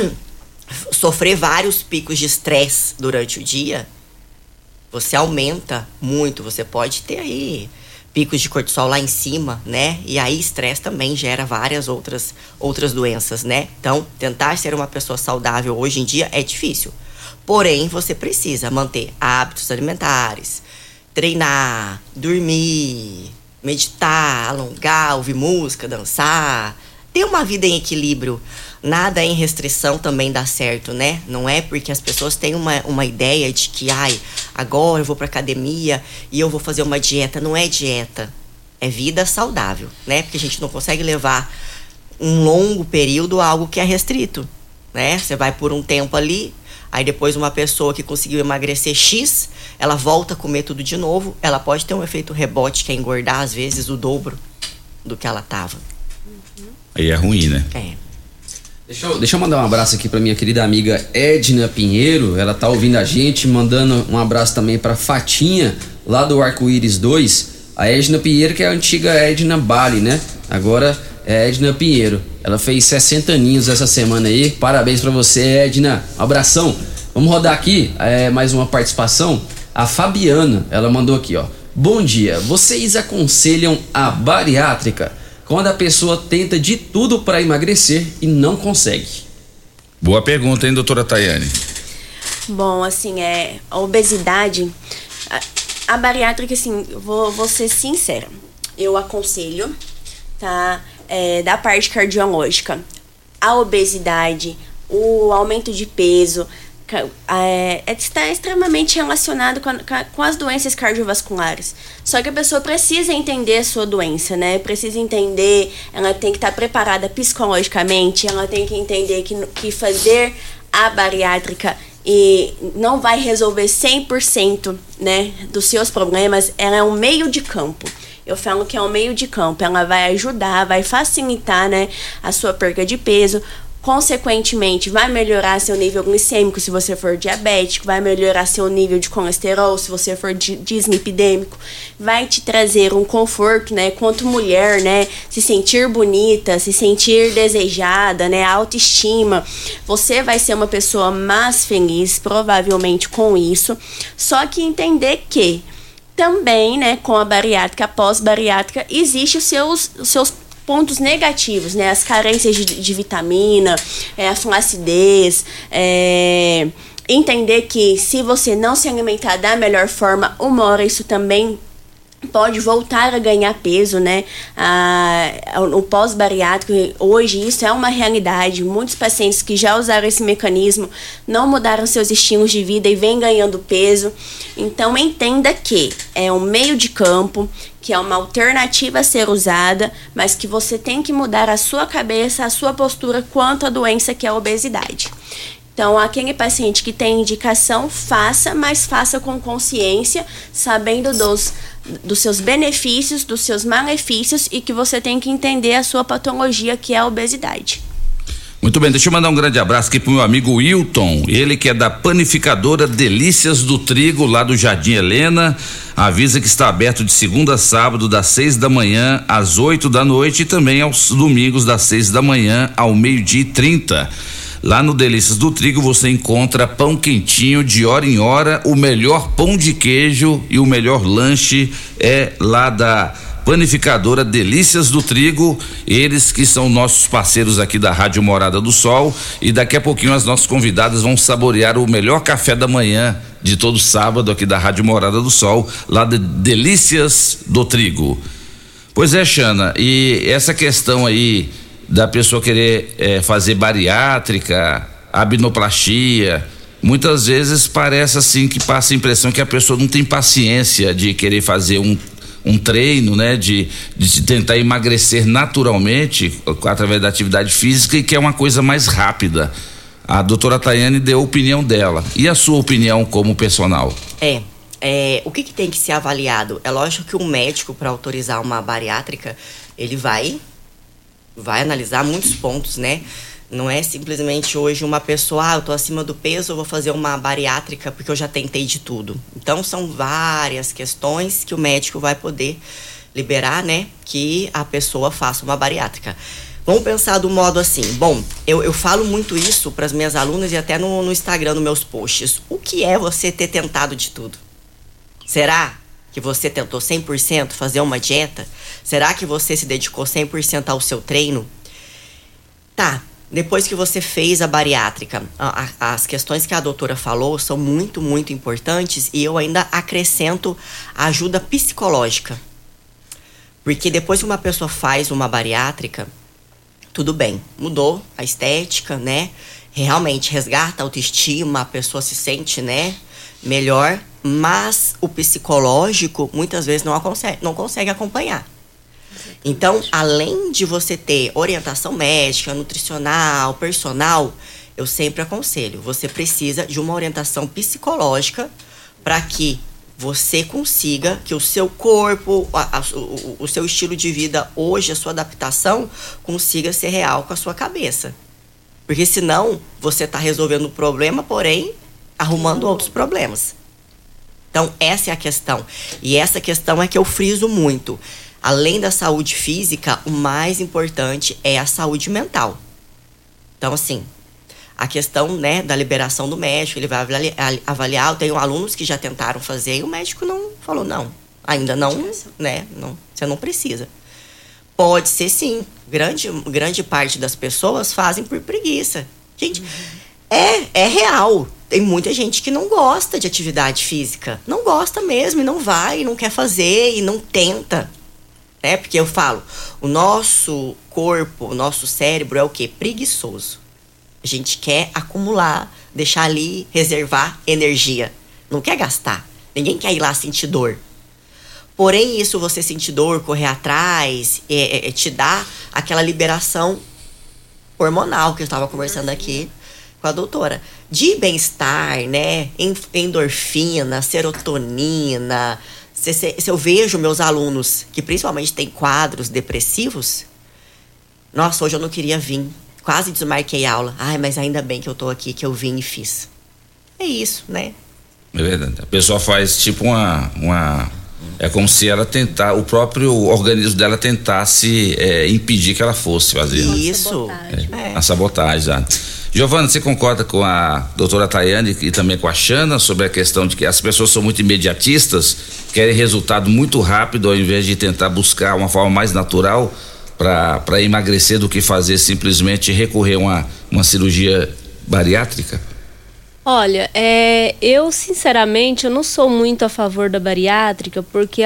sofrer vários picos de estresse durante o dia, você aumenta muito, você pode ter aí picos de cortisol lá em cima, né? E aí estresse também gera várias outras doenças, né? Então, tentar ser uma pessoa saudável hoje em dia é difícil. Porém, você precisa manter hábitos alimentares, treinar, dormir, meditar, alongar, ouvir música, dançar, ter uma vida em equilíbrio. Nada em restrição também dá certo, né? Não é porque as pessoas têm uma ideia de que, agora eu vou pra academia e eu vou fazer uma dieta. Não é dieta, é vida saudável, né? Porque a gente não consegue levar um longo período a algo que é restrito, né? Você vai por um tempo ali, aí depois uma pessoa que conseguiu emagrecer X, ela volta a comer tudo de novo, ela pode ter um efeito rebote, que é engordar às vezes o dobro do que ela tava. Aí é ruim, né? Deixa eu mandar um abraço aqui pra minha querida amiga Edna Pinheiro. Ela tá ouvindo a gente, mandando um abraço também pra Fatinha, lá do Arco-Íris 2. A Edna Pinheiro, que é a antiga Edna Bali, né? Agora é Edna Pinheiro. Ela fez 60 aninhos essa semana aí. Parabéns pra você, Edna. Um abração. Vamos rodar aqui mais uma participação. A Fabiana, ela mandou aqui, ó. Bom dia, vocês aconselham a bariátrica quando a pessoa tenta de tudo para emagrecer e não consegue? Boa pergunta, hein, doutora Tayane? Bom, assim, a obesidade, a bariátrica, assim, vou ser sincera, eu aconselho, tá, da parte cardiológica, a obesidade, o aumento de peso, está extremamente relacionado com as doenças cardiovasculares. Só que a pessoa precisa entender a sua doença, né? Precisa entender, ela tem que estar preparada psicologicamente, ela tem que entender que fazer a bariátrica e não vai resolver 100%, né, dos seus problemas. Ela é um meio de campo. Eu falo que é um meio de campo. Ela vai ajudar, vai facilitar, né, a sua perda de peso. Consequentemente, vai melhorar seu nível glicêmico se você for diabético, vai melhorar seu nível de colesterol se você for dislipidêmico, vai te trazer um conforto, né, quanto mulher, né, se sentir bonita, se sentir desejada, né, autoestima. Você vai ser uma pessoa mais feliz, provavelmente, com isso. Só que entender que também, né, com a bariátrica, pós-bariátrica, existem os seus pontos negativos, né? As carências de vitamina, a flacidez, entender que se você não se alimentar da melhor forma, uma hora isso também pode voltar a ganhar peso, né? O pós-bariátrico, hoje isso é uma realidade. Muitos pacientes que já usaram esse mecanismo não mudaram seus estilos de vida e vêm ganhando peso. Então entenda que é um meio de campo, que é uma alternativa a ser usada, mas que você tem que mudar a sua cabeça, a sua postura quanto à doença que é a obesidade. Então, aquele paciente que tem indicação, faça, mas faça com consciência, sabendo dos seus benefícios, dos seus malefícios, e que você tem que entender a sua patologia, que é a obesidade. Muito bem, deixa eu mandar um grande abraço aqui pro meu amigo Wilton, ele que é da panificadora Delícias do Trigo, lá do Jardim Helena. Avisa que está aberto de segunda a sábado, das 6 da manhã às 8 da noite, e também aos domingos, das 6 da manhã ao 12:30. Lá no Delícias do Trigo você encontra pão quentinho de hora em hora, o melhor pão de queijo e o melhor lanche é lá da panificadora Delícias do Trigo, eles que são nossos parceiros aqui da Rádio Morada do Sol, e daqui a pouquinho as nossas convidadas vão saborear o melhor café da manhã de todo sábado aqui da Rádio Morada do Sol, lá de Delícias do Trigo. Pois é, Xana, e essa questão aí da pessoa querer fazer bariátrica, abnoplastia, muitas vezes parece assim que passa a impressão que a pessoa não tem paciência de querer fazer um treino, né, de tentar emagrecer naturalmente através da atividade física, e que é uma coisa mais rápida. A doutora Tayane deu a opinião dela. E a sua opinião como personal? O que tem que ser avaliado? É lógico que um médico, para autorizar uma bariátrica, ele vai analisar muitos pontos, né? Não é simplesmente hoje uma pessoa, eu tô acima do peso, eu vou fazer uma bariátrica porque eu já tentei de tudo. Então são várias questões que o médico vai poder liberar, né? Que a pessoa faça uma bariátrica. Vamos pensar do modo assim, bom, eu falo muito isso para as minhas alunas e até no Instagram, nos meus posts. O que é você ter tentado de tudo? Será que você tentou 100% fazer uma dieta? Será que você se dedicou 100% ao seu treino? Tá, depois que você fez a bariátrica, as questões que a doutora falou são muito, muito importantes, e eu ainda acrescento a ajuda psicológica. Porque depois que uma pessoa faz uma bariátrica, tudo bem, mudou a estética, né? Realmente resgata a autoestima, a pessoa se sente, né, melhor, mas o psicológico muitas vezes não consegue acompanhar. Então, além de você ter orientação médica, nutricional, personal, eu sempre aconselho, você precisa de uma orientação psicológica para que você consiga, que o seu corpo, o seu estilo de vida hoje, a sua adaptação, consiga ser real com a sua cabeça. Porque senão, você está resolvendo o problema, porém, arrumando outros problemas. Então, essa é a questão. E essa questão é que eu friso muito. Além da saúde física, o mais importante é a saúde mental. Então, assim, a questão, né, da liberação do médico, ele vai avaliar. Eu tenho alunos que já tentaram fazer e o médico não falou, não, ainda não, né, não, você não precisa. Pode ser sim, grande parte das pessoas fazem por preguiça. Gente, é real. Tem muita gente que não gosta de atividade física, não gosta mesmo, e não vai, e não quer fazer, e não tenta. Né? Porque eu falo, o nosso corpo, o nosso cérebro é o quê? Preguiçoso. A gente quer acumular, deixar ali, reservar energia. Não quer gastar. Ninguém quer ir lá sentir dor. Porém, isso, você sentir dor, correr atrás, te dá aquela liberação hormonal que eu estava conversando aqui com a doutora. De bem-estar, né? Endorfina, serotonina. Se eu vejo meus alunos que principalmente têm quadros depressivos, nossa, hoje eu não queria vir quase desmarquei a aula. Ai, mas ainda bem que eu tô aqui, que eu vim e fiz. É isso, né? É verdade. A pessoa faz tipo é como se ela tentar, o próprio organismo dela tentasse impedir que ela fosse fazer. Isso. A sabotagem, exato. Giovana, você concorda com a doutora Tayane e também com a Xana sobre a questão de que as pessoas são muito imediatistas, querem resultado muito rápido ao invés de tentar buscar uma forma mais natural para emagrecer do que fazer simplesmente recorrer a uma cirurgia bariátrica? Olha, eu sinceramente eu não sou muito a favor da bariátrica, porque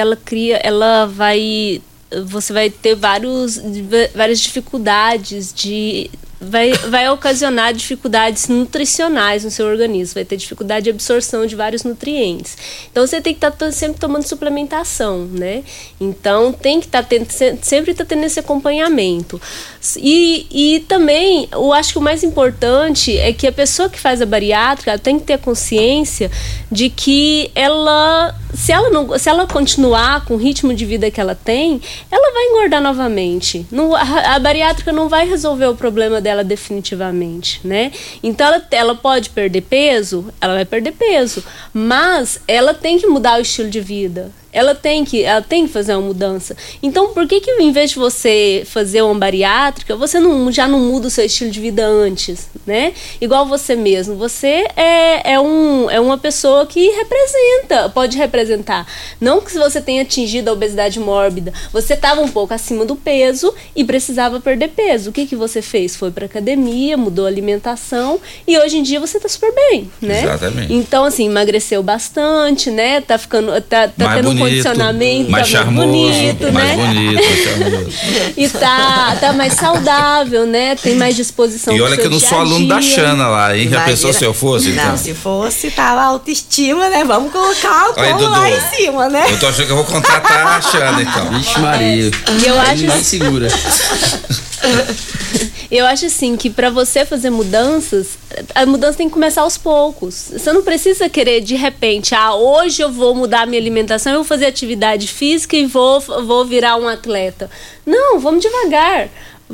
você vai ter várias dificuldades vai ocasionar dificuldades nutricionais no seu organismo, vai ter dificuldade de absorção de vários nutrientes. Então você tem que estar sempre tomando suplementação, né? Então tem que sempre estar tendo esse acompanhamento. E também, eu acho que o mais importante é que a pessoa que faz a bariátrica tem que ter consciência de que se ela continuar com o ritmo de vida que ela tem, ela vai engordar novamente. A bariátrica não vai resolver o problema dela definitivamente, né? Então ela pode perder peso, ela vai perder peso, mas ela tem que mudar o estilo de vida. Ela tem que fazer uma mudança. Então, por que em vez de você fazer uma bariátrica, você já não muda o seu estilo de vida antes, né? Igual você mesmo. Você é uma pessoa que pode representar. Não que você tenha atingido a obesidade mórbida. Você estava um pouco acima do peso e precisava perder peso. O que você fez? Foi pra academia, mudou a alimentação e hoje em dia você tá super bem, né? Exatamente. Então, assim, emagreceu bastante, né? Tá tendo condicionamento, mais charmoso, bonito, mais né? bonito, charmoso. E tá mais saudável, né? Tem mais disposição. E olha que eu não sou aluno da Xana lá, hein? Já pensou se eu fosse? Não, então? se fosse, tava autoestima, né? Vamos colocar o povo lá em cima, né? Eu tô achando que eu vou contratar a Xana, então. Vixe Maria. E eu acho mais segura. Eu acho assim que para você fazer mudanças, a mudança tem que começar aos poucos. Você não precisa querer de repente, hoje eu vou mudar a minha alimentação, eu vou fazer atividade física e vou virar um atleta. Não, vamos devagar.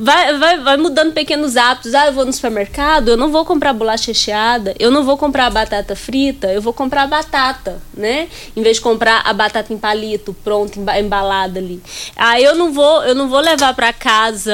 Vai mudando pequenos hábitos. Eu vou no supermercado, eu não vou comprar bolacha recheada, eu não vou comprar batata frita, eu vou comprar a batata, né? Em vez de comprar a batata em palito, pronta, embalada ali. Eu não vou levar para casa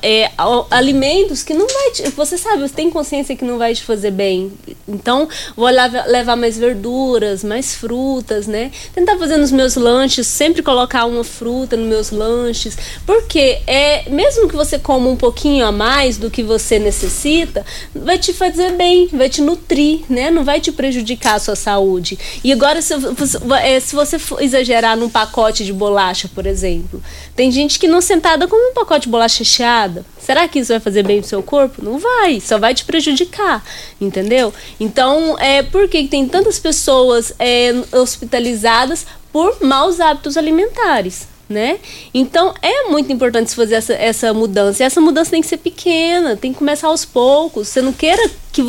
alimentos que não vai você sabe, você tem consciência que não vai te fazer bem. Então, vou levar mais verduras, mais frutas, né? Tentar fazer nos meus lanches, sempre colocar uma fruta nos meus lanches, porque mesmo que você coma um pouquinho a mais do que você necessita, vai te fazer bem, vai te nutrir, né? Não vai te prejudicar a sua saúde. E agora, se você for exagerar num pacote de bolacha, por exemplo, tem gente que não sentada come um pacote de bolacha recheada. Será que isso vai fazer bem pro seu corpo? Não vai, só vai te prejudicar, entendeu? Então, por que tem tantas pessoas hospitalizadas por maus hábitos alimentares? Né? Então é muito importante se fazer essa mudança. E essa mudança tem que ser pequena, tem que começar aos poucos. Você não queira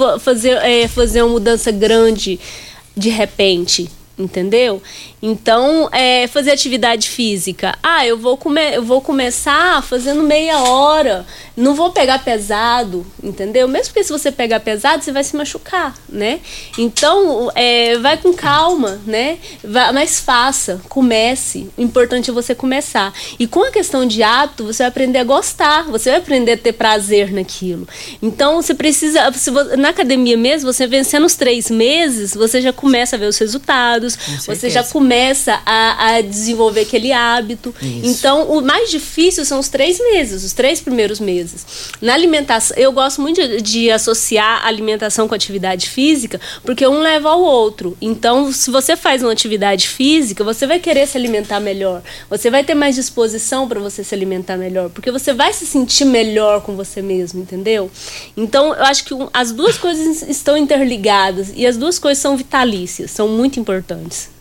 fazer uma mudança grande de repente, entendeu? Então, fazer atividade física. Eu vou começar fazendo meia hora. Não vou pegar pesado, entendeu? Mesmo porque se você pegar pesado, você vai se machucar, né? Então, vai com calma, né? Mas faça, comece. O importante é você começar. E com a questão de hábito, você vai aprender a gostar. Você vai aprender a ter prazer naquilo. Então, você precisa... na academia mesmo, você vencendo os 3 meses, você já começa a ver os resultados. Você já começa a desenvolver aquele hábito. Isso. Então, o mais difícil são os 3 meses, os 3 primeiros meses. Na alimentação, eu gosto muito de associar alimentação com atividade física, porque um leva ao outro. Então, se você faz uma atividade física, você vai querer se alimentar melhor. Você vai ter mais disposição para você se alimentar melhor, porque você vai se sentir melhor com você mesmo, entendeu? Então, eu acho que as duas coisas estão interligadas e as duas coisas são vitalícias, são muito importantes.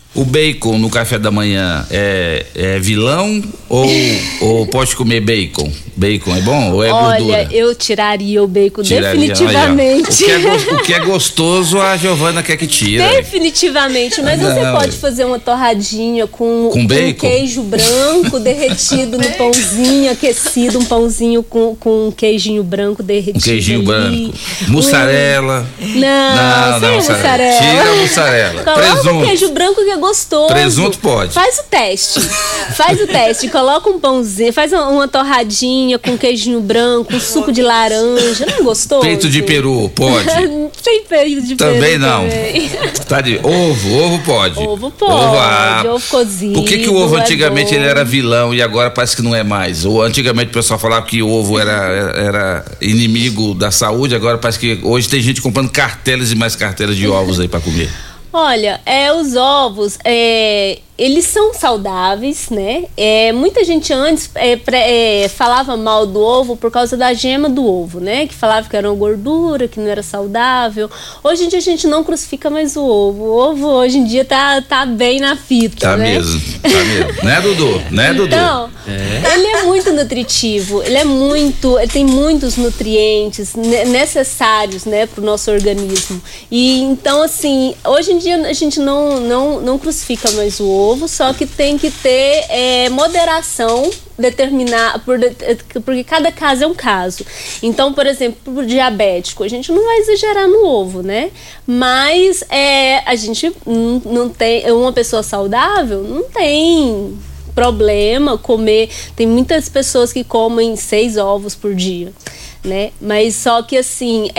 O bacon no café da manhã é vilão ou pode comer bacon? Bacon é bom ou é gordura? Olha, eu tiraria o bacon definitivamente. O que é gostoso, a Giovana quer que tira. Definitivamente, mas você pode fazer uma torradinha com bacon? Queijo branco derretido no pãozinho aquecido, um pãozinho com queijinho branco derretido. Um queijinho branco. Mussarela. Não, mussarela. Tira a mussarela. Coloca um queijo branco que é gostoso. Presunto pode. Faz o teste. Coloca um pãozinho, faz uma torradinha com queijinho branco, um suco de laranja. Não é gostoso? Peito de peru, pode? Tem peito de também peru não. Também. Tá de ovo pode. Ovo pode, ovo cozido. Por que o ovo antigamente ele era vilão e agora parece que não é mais? Ou antigamente o pessoal falava que o ovo era inimigo da saúde, agora parece que hoje tem gente comprando cartelas e mais cartelas de ovos aí pra comer. Olha, os ovos, eles são saudáveis, né? Muita gente antes falava mal do ovo por causa da gema do ovo, né? Que falava que era uma gordura, que não era saudável. Hoje em dia a gente não crucifica mais o ovo. O ovo hoje em dia tá bem na fita, tá né? Mesmo. Né, Dudu? Então, ele é muito nutritivo, ele tem muitos nutrientes necessários, né, pro nosso organismo. E então, assim, hoje em dia a gente não crucifica mais o ovo, só que tem que ter moderação, porque cada caso é um caso. Então, por exemplo, pro diabético, a gente não vai exagerar no ovo, né? Mas a gente não tem, uma pessoa saudável não tem problema comer. Tem muitas pessoas que comem 6 ovos por dia, né? Mas só que assim,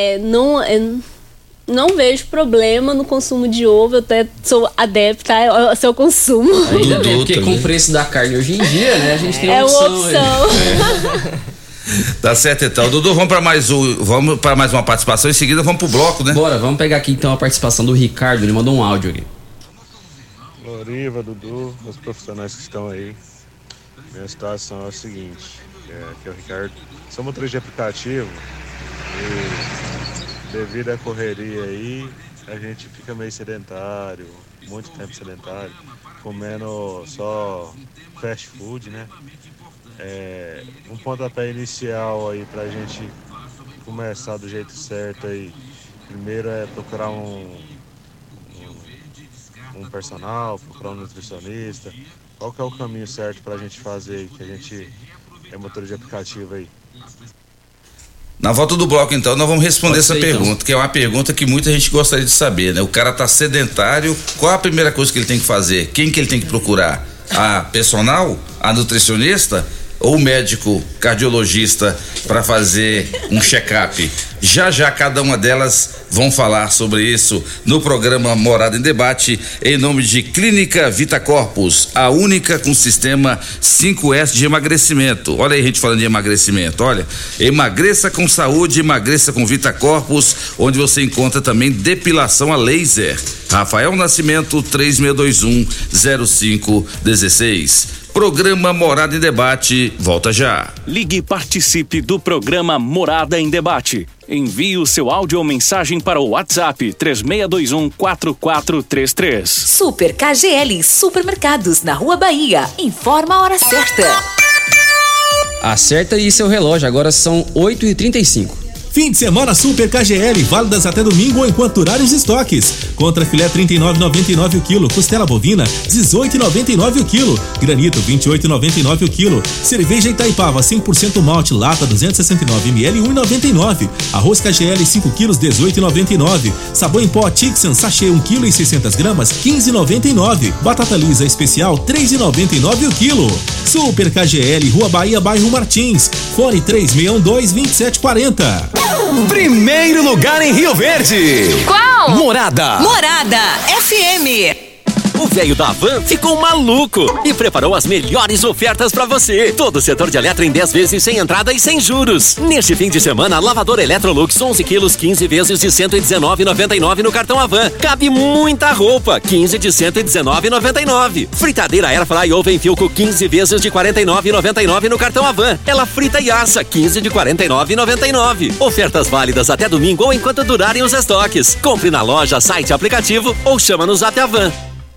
não vejo problema no consumo de ovo. Eu até sou adepta ao seu consumo. Ainda bem, porque com o preço da carne hoje em dia, né, a gente tem uma opção. Tá certo então. Dudu, vamos para mais uma participação. Em seguida vamos pro bloco, né? Bora, vamos pegar aqui então a participação do Ricardo. Ele mandou um áudio aqui. Loriva, Dudu, os profissionais que estão aí. Minha situação é a seguinte, que é o Ricardo. Sou motorista de aplicativo e devido à correria aí, a gente fica meio sedentário, muito tempo sedentário, comendo só fast food, né? Um pontapé inicial aí pra gente começar do jeito certo aí, primeiro é procurar um personal, procurar um nutricionista. Qual que é o caminho certo pra gente fazer aí, que a gente é motorista de aplicativo aí? Na volta do bloco, então, nós vamos responder essa pergunta, que é uma pergunta que muita gente gostaria de saber, né? O cara tá sedentário, qual a primeira coisa que ele tem que fazer? Quem que ele tem que procurar? A personal? A nutricionista? Ou o médico cardiologista para fazer um check-up? Já cada uma delas vão falar sobre isso no programa Morada em Debate, em nome de Clínica Vita Corpus, a única com sistema 5S de emagrecimento. Olha aí, gente falando de emagrecimento. Olha, emagreça com saúde, emagreça com Vita Corpus, onde você encontra também depilação a laser. Rafael Nascimento, 3621-0516. Programa Morada em Debate, volta já. Ligue e participe do programa Morada em Debate. Envie o seu áudio ou mensagem para o WhatsApp 3621-4433. Super KGL Supermercados, na Rua Bahia. Informa a hora certa. Acerta aí seu relógio, agora são 8h35. Fim de semana Super KGL, válidas até domingo ou enquanto durarem os estoques. Contra filé 39,99 o quilo, costela bovina 18,99 o quilo, granito 28,99 o quilo, cerveja Itaipava 100% malte lata 269 ml 1,99, arroz KGL 5 quilos 18,99, sabão em pó Tixan sachê 1 kg e 600 gramas 15,99, batata lisa especial 3,99 o quilo. Super KGL, Rua Bahia, bairro Martins, fone 3612-2740. Primeiro lugar em Rio Verde. Qual? Morada. Morada FM. O velho da Havan ficou maluco e preparou as melhores ofertas pra você. Todo o setor de eletro em 10 vezes sem entrada e sem juros. Neste fim de semana, lavador Electrolux 11 quilos, 15 vezes de R$119,99 no cartão Havan. Cabe muita roupa, 15 de R$119,99. Fritadeira Airfry Oven Filco 15 vezes de R$49,99 no cartão Havan. Ela frita e assa, 15 de R$49,99. Ofertas válidas até domingo ou enquanto durarem os estoques. Compre na loja, site, aplicativo ou chama no Zap Havan.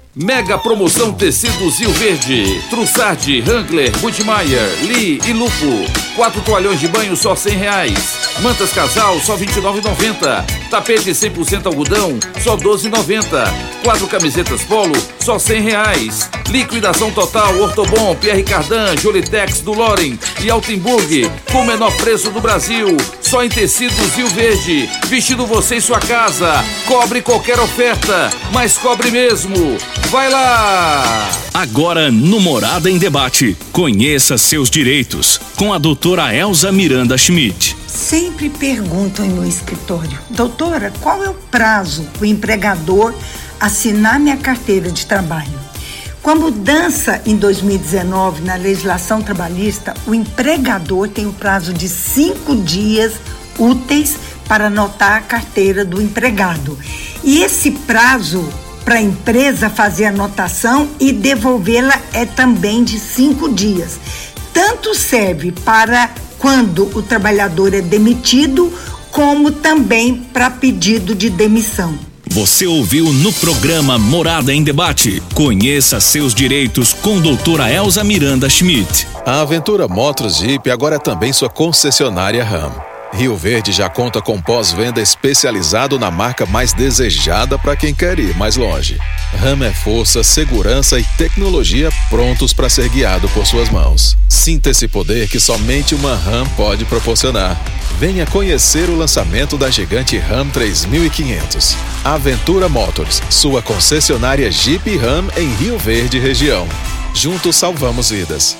Mega promoção tecidos Rio Verde, Trussardi, Wrangler, Budmeier, Lee e Lupo. 4 toalhões de banho só R$100. Mantas casal só R$29,90. Tapete 100% algodão só R$12,90. 4 camisetas polo só R$100. Liquidação total Ortobon, Pierre Cardin, Jolitex do Loren e Altenburg com o menor preço do Brasil. Só em tecidos Rio Verde. Vestindo você em sua casa. Cobre qualquer oferta, mas cobre mesmo. Vai lá! Agora no Morada em Debate, conheça seus direitos com a doutora Elza Miranda Schmidt. Sempre perguntam em meu escritório: doutora, qual é o prazo para o empregador assinar minha carteira de trabalho? Com a mudança em 2019 na legislação trabalhista, o empregador tem o prazo de 5 dias úteis para anotar a carteira do empregado. E esse prazo para a empresa fazer a anotação e devolvê-la é também de 5 dias. Tanto serve para quando o trabalhador é demitido, como também para pedido de demissão. Você ouviu no programa Morada em Debate. Conheça seus direitos com doutora Elza Miranda Schmidt. A Aventura Motos Jeep agora é também sua concessionária Ram. Rio Verde já conta com pós-venda especializado na marca mais desejada para quem quer ir mais longe. Ram é força, segurança e tecnologia prontos para ser guiado por suas mãos. Sinta esse poder que somente uma Ram pode proporcionar. Venha conhecer o lançamento da gigante Ram 3500. Aventura Motors, sua concessionária Jeep e Ram em Rio Verde região. Juntos salvamos vidas.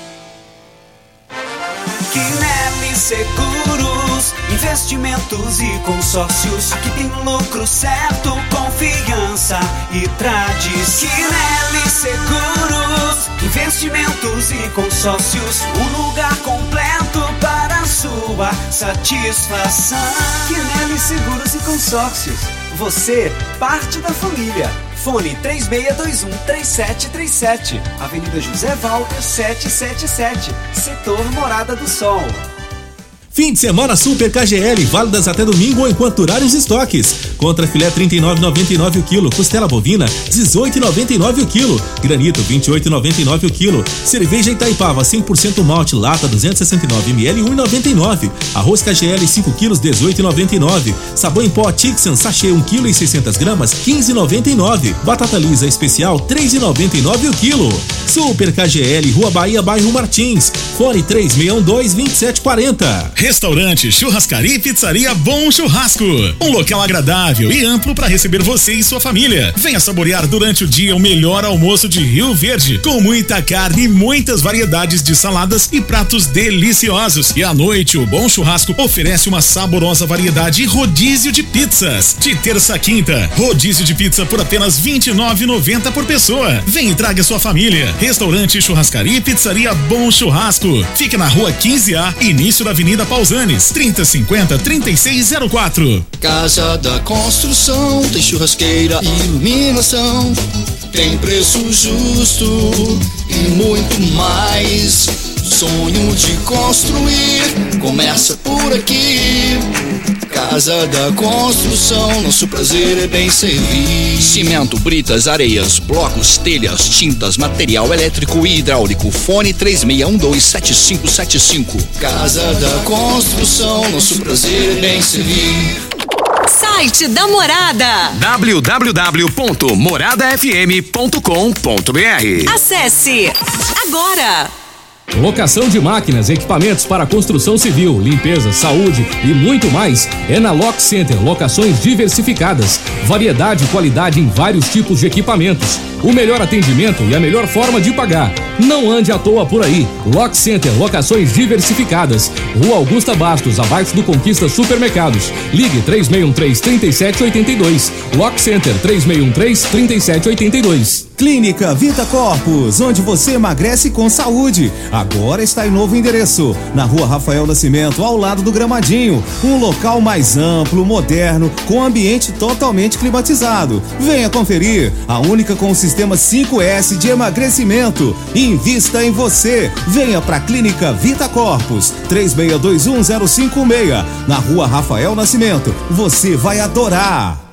Quinelli Seguros, investimentos e consórcios. Aqui tem lucro certo, confiança e tradição. Quinelli Seguros, investimentos e consórcios. Um lugar completo para a sua satisfação. Quinelli Seguros e Consórcios. Você, parte da família. Fone 3621-3737. Avenida José Walter 777. Setor Morada do Sol. Fim de semana Super KGL, válidas até domingo ou enquanto durarem os estoques. Contra filé R$ 39,99 o quilo, costela bovina R$ 18,99 o quilo, granito R$ 28,99 o quilo, cerveja Itaipava 100% malte lata 269 ml R$ 1,99, arroz KGL 5 quilos R$ 18,99, sabão em pó Tixan sachê 1 kg e 600 gramas R$ 15,99, batata lisa especial R$ 3,99 o quilo. Super KGL, Rua Bahia, bairro Martins, fone 3612-2740. Restaurante, churrascaria e pizzaria Bom Churrasco. Um local agradável e amplo para receber você e sua família. Venha saborear durante o dia o melhor almoço de Rio Verde, com muita carne e muitas variedades de saladas e pratos deliciosos. E à noite, o Bom Churrasco oferece uma saborosa variedade e rodízio de pizzas. De terça a quinta, rodízio de pizza por apenas R$ 29,90 por pessoa. Venha e traga sua família. Restaurante, churrascaria e pizzaria Bom Churrasco. Fica na rua 15A, início da Avenida Pausanes, 3050-3604. Casa da Construção, tem churrasqueira, iluminação, tem preço justo e muito mais. Sonho de construir começa por aqui. Casa da Construção, nosso prazer é bem servir. Cimento, britas, areias, blocos, telhas, tintas, material elétrico e hidráulico. Fone 3612-7575. Casa da Construção, nosso prazer é bem servir. Site da Morada. www.moradafm.com.br. Acesse agora. Locação de máquinas, equipamentos para construção civil, limpeza, saúde e muito mais é na Lock Center. Locações diversificadas, variedade e qualidade em vários tipos de equipamentos, o melhor atendimento e a melhor forma de pagar. Não ande à toa por aí. Lock Center, locações diversificadas. Rua Augusta Bastos, abaixo do Conquista Supermercados. Ligue 3613-3782. Lock Center 3613-3782. Clínica Vita Corpus, onde você emagrece com saúde. Agora está em novo endereço, na Rua Rafael Nascimento, ao lado do Gramadinho. Um local mais amplo, moderno, com ambiente totalmente climatizado. Venha conferir, a única com o sistema 5S de emagrecimento. Invista em você. Venha para a Clínica Vita Corpus, 3621-056, na Rua Rafael Nascimento. Você vai adorar.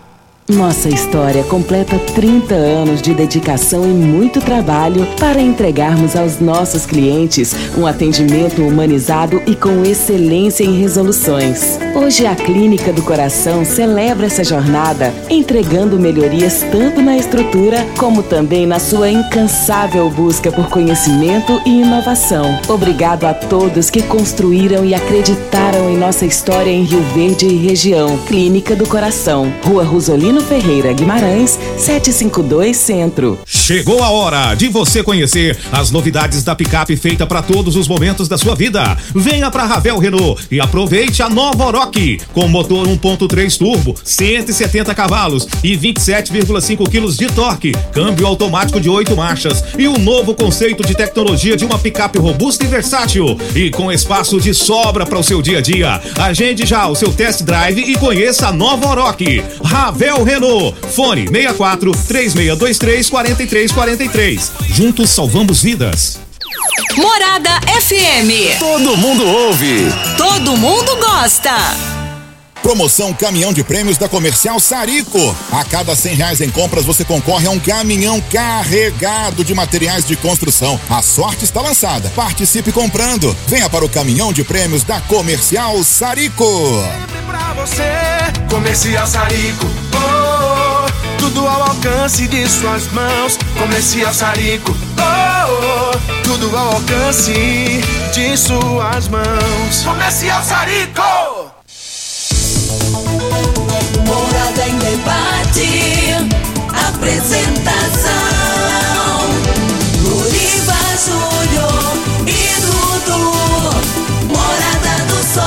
Nossa história completa 30 anos de dedicação e muito trabalho para entregarmos aos nossos clientes um atendimento humanizado e com excelência em resoluções. Hoje a Clínica do Coração celebra essa jornada, entregando melhorias tanto na estrutura como também na sua incansável busca por conhecimento e inovação. Obrigado a todos que construíram e acreditaram em nossa história em Rio Verde e região. Clínica do Coração, Rua Rosolino Ferreira Guimarães, 752 Centro. Chegou a hora de você conhecer as novidades da picape feita para todos os momentos da sua vida. Venha para Ravel Renault e aproveite a nova Oroch, com motor 1.3 turbo, 170 cavalos e 27,5 quilos de torque, câmbio automático de 8 marchas e um novo conceito de tecnologia de uma picape robusta e versátil e com espaço de sobra para o seu dia a dia. Agende já o seu test drive e conheça a nova Oroch. Ravel Renault. Fone 64 3623 4343. Juntos salvamos vidas. Morada FM. Todo mundo ouve. Todo mundo gosta. Promoção Caminhão de Prêmios da Comercial Sarico. A cada R$100 em compras você concorre a um caminhão carregado de materiais de construção. A sorte está lançada. Participe comprando. Venha para o Caminhão de Prêmios da Comercial Sarico. Sempre pra você, Comercial Sarico. Oh, oh, tudo ao alcance de suas mãos. Comercial Sarico. Oh, oh, tudo ao alcance de suas mãos. Comercial Sarico. Morada em Debate. Apresentação: Luriva Júnior e Dudu. Morada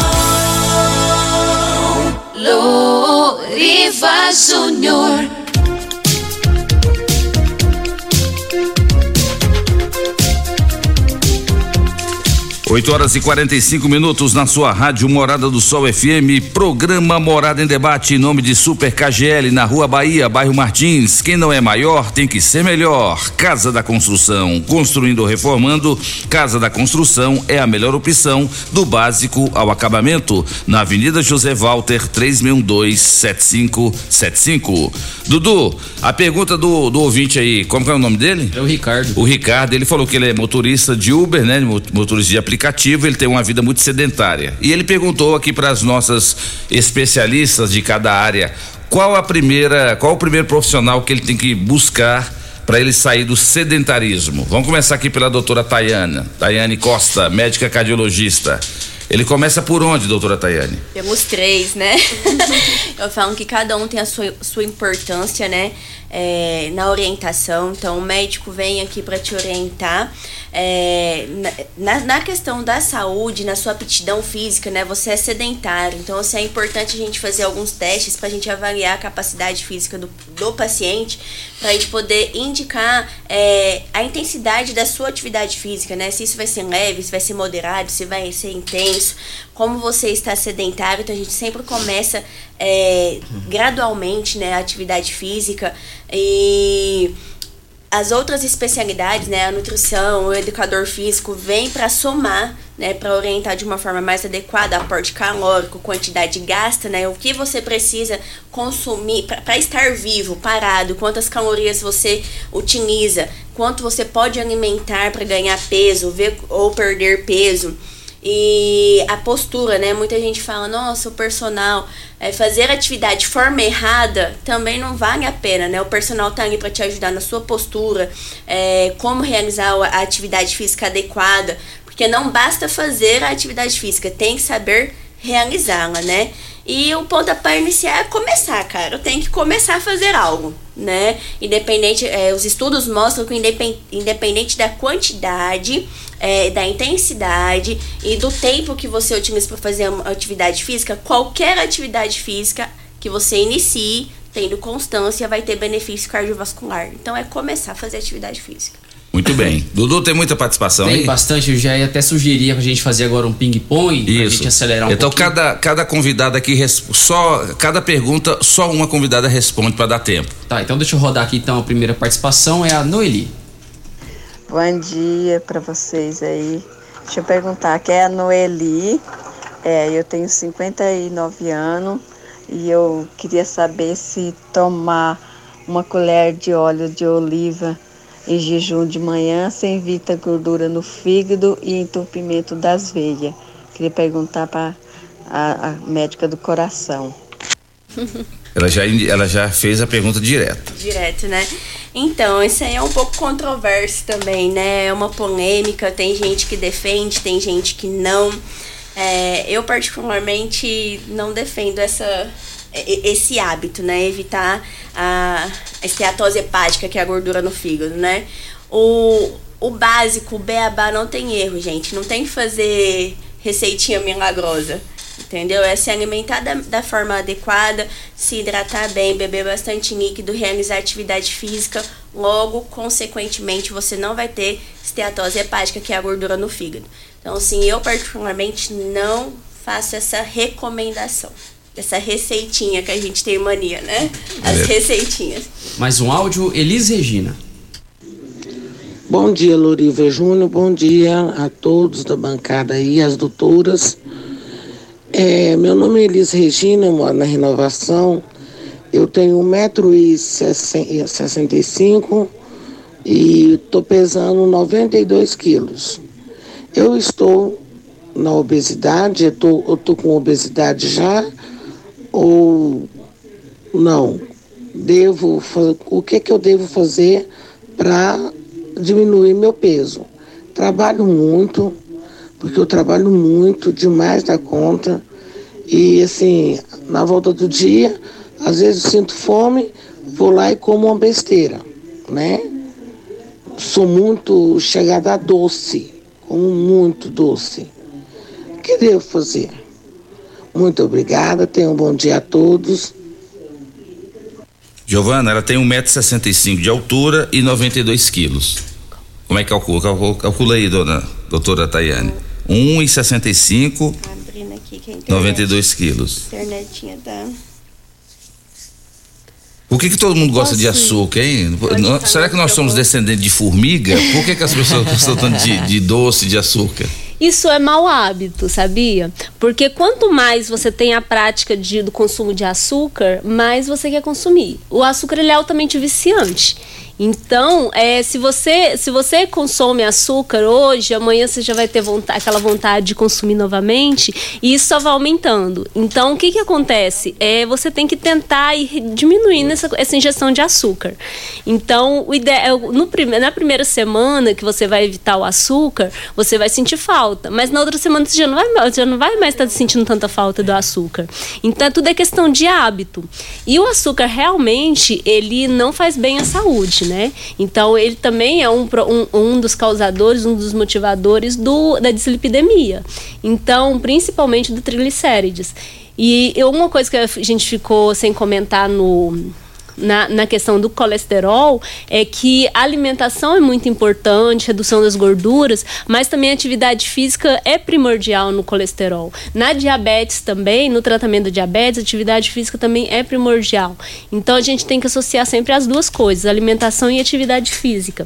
do Sol. Luriva Júnior. 8h45 na sua rádio Morada do Sol FM, programa Morada em Debate, em nome de Super KGL, na Rua Bahia, bairro Martins. Quem não é maior tem que ser melhor. Casa da Construção, construindo ou reformando, Casa da Construção é a melhor opção, do básico ao acabamento, na Avenida José Walter, 3612-7575. Dudu, a pergunta do ouvinte aí, como que é o nome dele? É o Ricardo. O Ricardo, ele falou que ele é motorista de Uber, né? Motorista de aplicativo, ele tem uma vida muito sedentária. E ele perguntou aqui para as nossas especialistas de cada área, qual o primeiro profissional que ele tem que buscar para ele sair do sedentarismo. Vamos começar aqui pela doutora Tayane Costa, médica cardiologista. Ele começa por onde, doutora Tayane? Temos 3, né? Eu falo que cada um tem a sua importância, né? Na orientação. Então, o médico vem aqui para te orientar. Na questão da saúde, na sua aptidão física, né? Você é sedentário. Então, assim, é importante a gente fazer alguns testes para a gente avaliar a capacidade física do paciente, para a gente poder indicar a intensidade da sua atividade física, né? Se isso vai ser leve, se vai ser moderado, se vai ser intenso. Como você está sedentário, então a gente sempre começa gradualmente, né, a atividade física. E as outras especialidades, né, a nutrição, o educador físico, vem para somar, né, para orientar de uma forma mais adequada aporte calórico, quantidade gasta, né, o que você precisa consumir para estar vivo, parado, quantas calorias você utiliza, quanto você pode alimentar para ganhar peso, ou perder peso. E a postura, né? Muita gente fala, nossa, o personal, fazer atividade de forma errada também não vale a pena, né? O personal tá ali para te ajudar na sua postura, como realizar a atividade física adequada, porque não basta fazer a atividade física, tem que saber realizá-la, né? E o pontapé inicial é começar, cara. Eu tenho que começar a fazer algo, né? Independente, os estudos mostram que independente da quantidade, da intensidade e do tempo que você utiliza para fazer uma atividade física, qualquer atividade física que você inicie, tendo constância, vai ter benefício cardiovascular. Então é começar a fazer atividade física. Muito bem. Dudu, tem muita participação aí? Tem bastante, eu já ia até sugerir pra gente fazer agora um ping-pong, pra gente acelerar um pouquinho. Então cada convidada aqui, cada pergunta, só uma convidada responde pra dar tempo. Tá, então deixa eu rodar aqui então a primeira participação, é a Noeli. Bom dia pra vocês aí. Deixa eu perguntar, que é a Noeli, eu tenho 59 anos, E eu queria saber se tomar uma colher de óleo de oliva em jejum de manhã, se evita gordura no fígado e entupimento das veias. Queria perguntar para a médica do coração. Ela já fez a pergunta direta. Direto, né? Então, isso aí é um pouco controverso também, né? É uma polêmica, tem gente que defende, tem gente que não. Eu particularmente não defendo esse hábito, né? Evitar a esteatose hepática, que é a gordura no fígado, né? O básico, o beabá, não tem erro, gente. Não tem que fazer receitinha milagrosa, entendeu? É se alimentar da forma adequada, se hidratar bem, beber bastante líquido, realizar atividade física. Logo, consequentemente, você não vai ter esteatose hepática, que é a gordura no fígado. Então, assim, eu particularmente não faço essa recomendação. Essa receitinha que a gente tem mania, né? As receitinhas. Mais um áudio, Elis Regina. Bom dia, Loriva Júnior. Bom dia a todos da bancada aí, as doutoras. Meu nome é Elis Regina, eu moro na Renovação. Eu tenho 1,65 m e estou pesando 92 quilos. Eu estou na obesidade, eu tô com obesidade já ou não? O que eu devo fazer para diminuir meu peso? Trabalho muito, porque eu trabalho muito, demais da conta, e assim, na volta do dia, às vezes eu sinto fome, vou lá e como uma besteira, né? Sou muito chegada a doce, como muito doce. O que devo fazer? Muito obrigada, tenham um bom dia a todos. Giovana, ela tem 1,65 m de altura e 92 quilos. Como é que calcula? Calcula aí, doutora Tayane. 1,65 m, 92 quilos. Internetinha tá... Por que todo mundo gosta de açúcar, hein? Será que nós somos descendentes de formiga? Por que as pessoas gostam tanto de doce, de açúcar? Isso é mau hábito, sabia? Porque quanto mais você tem a prática do consumo de açúcar, mais você quer consumir. O açúcar, ele é altamente viciante. Então, se você consome açúcar hoje, amanhã você já vai ter aquela vontade de consumir novamente, e isso só vai aumentando. Então, o que acontece? Você tem que tentar ir diminuindo essa ingestão de açúcar. Então, na primeira semana que você vai evitar o açúcar, você vai sentir falta, mas na outra semana você já não vai mais estar sentindo tanta falta do açúcar. Então, tudo é questão de hábito. E o açúcar, realmente, ele não faz bem à saúde, né? Então, ele também é um dos causadores, um dos motivadores da dislipidemia. Então, principalmente do triglicérides. E uma coisa que a gente ficou sem comentar na questão do colesterol é que a alimentação é muito importante, redução das gorduras, mas também a atividade física é primordial no colesterol. Na diabetes também, no tratamento da diabetes, a atividade física também é primordial. Então a gente tem que associar sempre as duas coisas, alimentação e atividade física.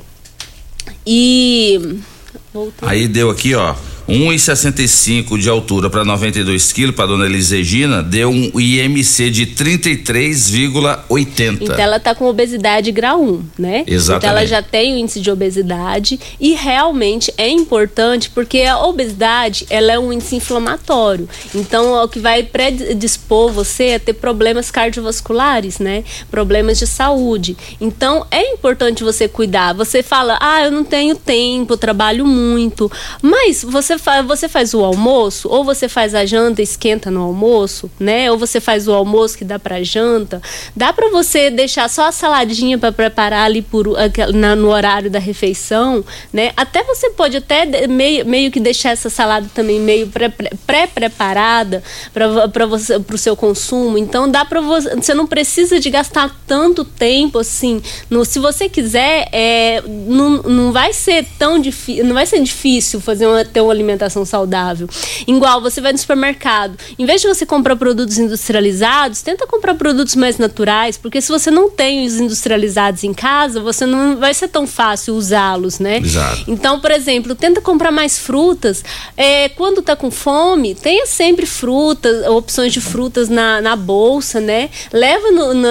Aí deu aqui, ó, 1,65 de altura para 92 quilos para dona Elis Regina, deu um IMC de 33,80. Então ela está com obesidade grau 1, né? Exatamente. Então ela já tem o índice de obesidade, e realmente é importante porque a obesidade, ela é um índice inflamatório. Então é o que vai predispor você a ter problemas cardiovasculares, né? Problemas de saúde. Então é importante você cuidar. Você fala, eu não tenho tempo, eu trabalho muito, mas você faz o almoço, ou você faz a janta e esquenta no almoço, né? Ou você faz o almoço que dá pra janta. Dá pra você deixar só a saladinha pra preparar ali no horário da refeição, né? Até você pode meio que deixar essa salada também meio pré-preparada pro seu consumo. Então dá pra você não precisa de gastar tanto tempo assim. Se você quiser, não vai ser tão difícil, não vai ser difícil ter uma alimentação saudável. Igual você vai no supermercado, em vez de você comprar produtos industrializados, tenta comprar produtos mais naturais, porque se você não tem os industrializados em casa, você não vai ser tão fácil usá-los, né? Exato. Então, por exemplo, tenta comprar mais frutas. Quando tá com fome, tenha sempre frutas, opções de frutas na bolsa, né? Leva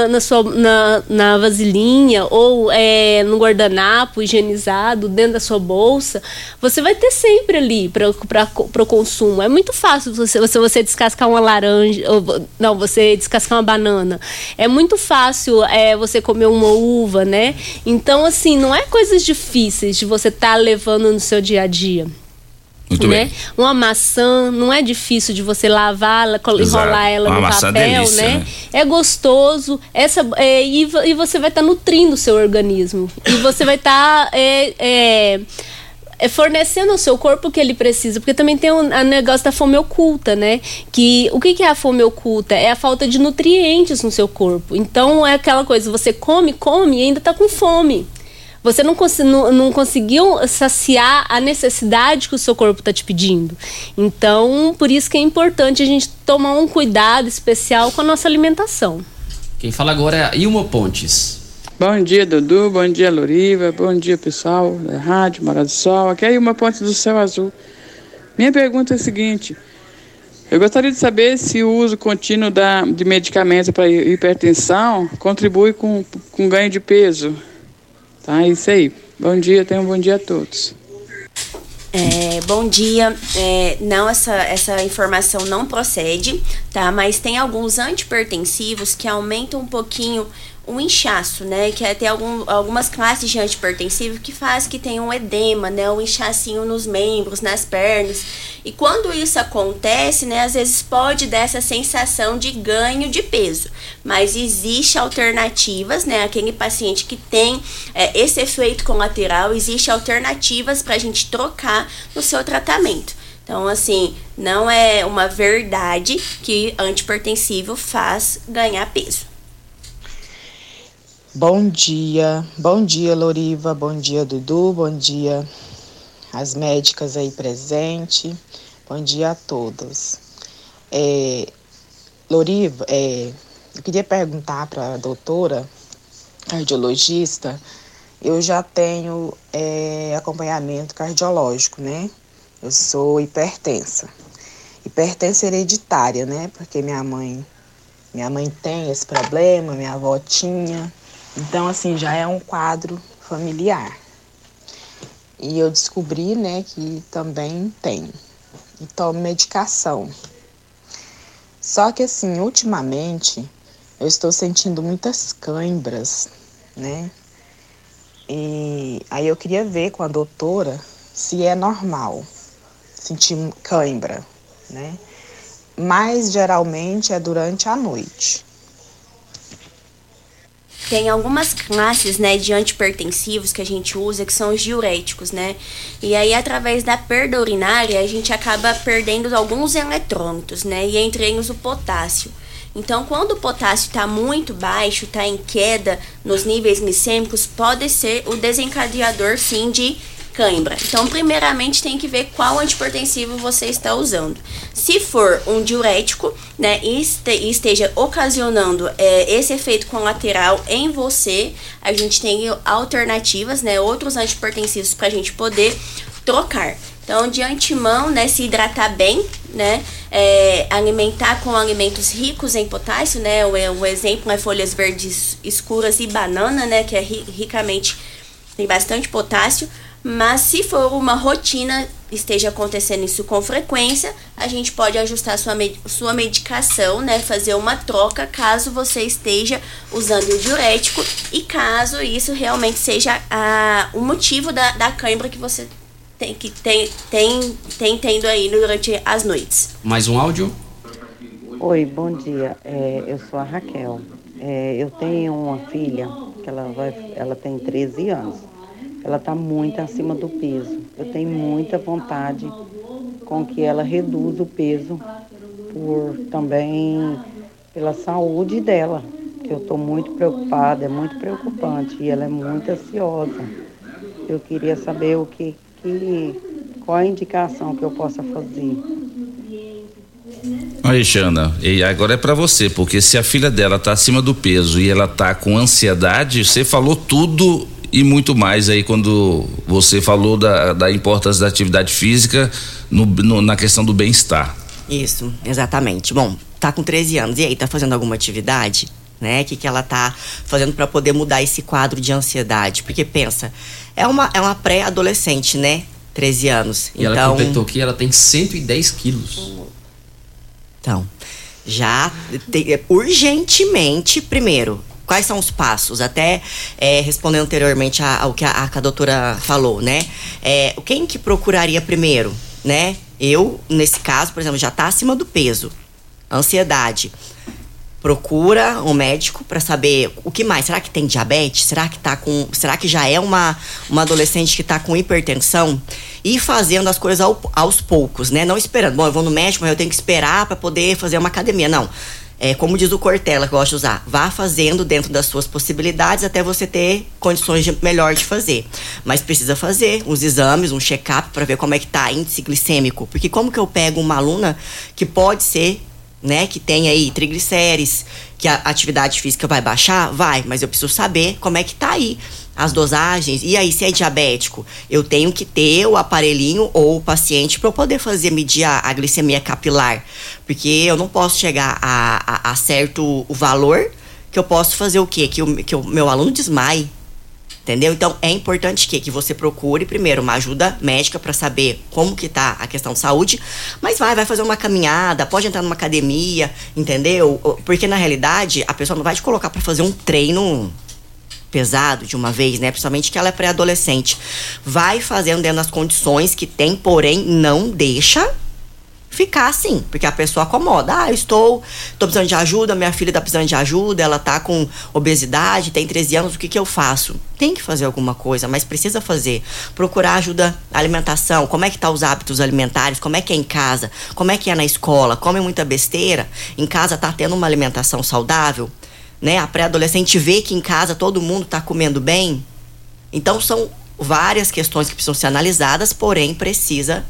na vasilhinha ou no guardanapo higienizado dentro da sua bolsa. Você vai ter sempre ali para o consumo. É muito fácil você descascar uma laranja, você descascar uma banana. É muito fácil você comer uma uva, né? Então, assim, não é coisas difíceis de você estar levando no seu dia a dia. Muito né? bem. Uma maçã não é difícil de você lavá-la, enrolar ela no papel, delícia, né? É gostoso. E você vai estar nutrindo o seu organismo. E você vai estar fornecendo ao seu corpo o que ele precisa, porque também tem o negócio da fome oculta, né? O que é a fome oculta? É a falta de nutrientes no seu corpo. Então é aquela coisa, você come e ainda está com fome. Você não conseguiu saciar a necessidade que o seu corpo está te pedindo. Então, por isso que é importante a gente tomar um cuidado especial com a nossa alimentação. Quem fala agora é a Ilma Pontes. Bom dia, Dudu. Bom dia, Loriva. Bom dia, pessoal da Rádio Morada do Sol. Aqui é a Ilma Pontes do Céu Azul. Minha pergunta é a seguinte. Eu gostaria de saber se o uso contínuo de medicamentos para hipertensão contribui com ganho de peso. Tá, é isso aí. Bom dia, tenham um bom dia a todos. Bom dia. Não, essa informação não procede, tá? Mas tem alguns antipertensivos que aumentam um pouquinho o inchaço, né? Que tem algumas classes de antipertensivo que faz que tem um edema, né? Um inchacinho nos membros, nas pernas. E quando isso acontece, né? Às vezes pode dar essa sensação de ganho de peso. Mas existe alternativas, né? Aquele paciente que tem esse efeito colateral, existe alternativas para a gente trocar no seu tratamento. Então, assim, não é uma verdade que antipertensivo faz ganhar peso. Bom dia, Loriva, bom dia, Dudu, bom dia as médicas aí presentes, bom dia a todas. Loriva, eu queria perguntar para a doutora cardiologista, eu já tenho acompanhamento cardiológico, né? Eu sou hipertensa hereditária, né? Porque minha mãe tem esse problema, minha avó tinha. Então, assim, já é um quadro familiar. E eu descobri, né, que também tem. E tomo medicação. Só que, assim, ultimamente, eu estou sentindo muitas cãibras, né? E aí eu queria ver com a doutora se é normal sentir cãibra, né? Mas, geralmente, é durante a noite. Tem algumas classes, né, de antipertensivos que a gente usa, que são os diuréticos, né? E aí, através da perda urinária, a gente acaba perdendo alguns eletrôlitos, né? E entre eles o potássio. Então, quando o potássio está muito baixo, está em queda nos níveis glicêmicos, pode ser o desencadeador, sim, de cãibra. Então, primeiramente, tem que ver qual antipertensivo você está usando. Se for um diurético, né, e esteja ocasionando esse efeito colateral em você, a gente tem alternativas, né, outros antipertensivos para a gente poder trocar. Então, de antemão, né, se hidratar bem, né, alimentar com alimentos ricos em potássio, né, o exemplo é folhas verdes escuras e banana, né, que é ricamente, tem bastante potássio. Mas se for uma rotina, esteja acontecendo isso com frequência, a gente pode ajustar sua medicação, né? Fazer uma troca caso você esteja usando o diurético e caso isso realmente seja o motivo da cãibra que você tem tendo aí durante as noites. Mais um áudio? Oi, bom dia. Eu sou a Raquel. Eu tenho uma filha que ela tem 13 anos. Ela está muito acima do peso. Eu tenho muita vontade com que ela reduza o peso também pela saúde dela, que eu estou muito preocupada, é muito preocupante e ela é muito ansiosa. Eu queria saber o que Qual a indicação que eu possa fazer? Aí, Xana, e agora é pra você, porque se a filha dela tá acima do peso e ela tá com ansiedade, você falou tudo e muito mais aí quando você falou da importância da atividade física na questão do bem-estar. Isso, exatamente. Bom, tá com 13 anos, e aí, tá fazendo alguma atividade? Né? O que ela tá fazendo para poder mudar esse quadro de ansiedade? Porque pensa, é uma pré-adolescente, né? 13 anos. E ela completou que ela tem 110 quilos. Então, já urgentemente, primeiro, quais são os passos? Até respondendo anteriormente ao que a doutora falou, né? Quem que procuraria primeiro, né? Eu, nesse caso, por exemplo, já tá acima do peso. Ansiedade. Procura um médico para saber o que mais. Será que tem diabetes? Será que já é uma adolescente que tá com hipertensão? E fazendo as coisas aos poucos, né? Não esperando. Bom, eu vou no médico, mas eu tenho que esperar para poder fazer uma academia. Não. Como diz o Cortella, que eu gosto de usar, vá fazendo dentro das suas possibilidades até você ter condições melhor de fazer. Mas precisa fazer uns exames, um check-up para ver como é que tá índice glicêmico. Porque como que eu pego uma aluna que pode ser, né, que tem aí triglicérides, que a atividade física vai baixar? Vai, mas eu preciso saber como é que tá aí as dosagens. E aí, se é diabético, eu tenho que ter o aparelhinho ou o paciente para eu poder medir a glicemia capilar, porque eu não posso chegar a certo o valor que eu posso fazer o quê? Que o meu aluno desmaie. Entendeu? Então, é importante que você procure primeiro uma ajuda médica para saber como que tá a questão de saúde, mas vai fazer uma caminhada, pode entrar numa academia, entendeu? Porque, na realidade, a pessoa não vai te colocar para fazer um treino pesado de uma vez, né? Principalmente que ela é pré-adolescente. Vai fazendo dentro das condições que tem, porém, não deixa ficar assim, porque a pessoa acomoda. Estou precisando de ajuda, minha filha tá precisando de ajuda, ela tá com obesidade, tem 13 anos, o que eu faço? Tem que fazer alguma coisa, mas precisa fazer. Procurar ajuda na alimentação, como é que tá os hábitos alimentares, como é que é em casa, como é que é na escola, come muita besteira, em casa tá tendo uma alimentação saudável, né? A pré-adolescente vê que em casa todo mundo tá comendo bem. Então são várias questões que precisam ser analisadas, porém precisa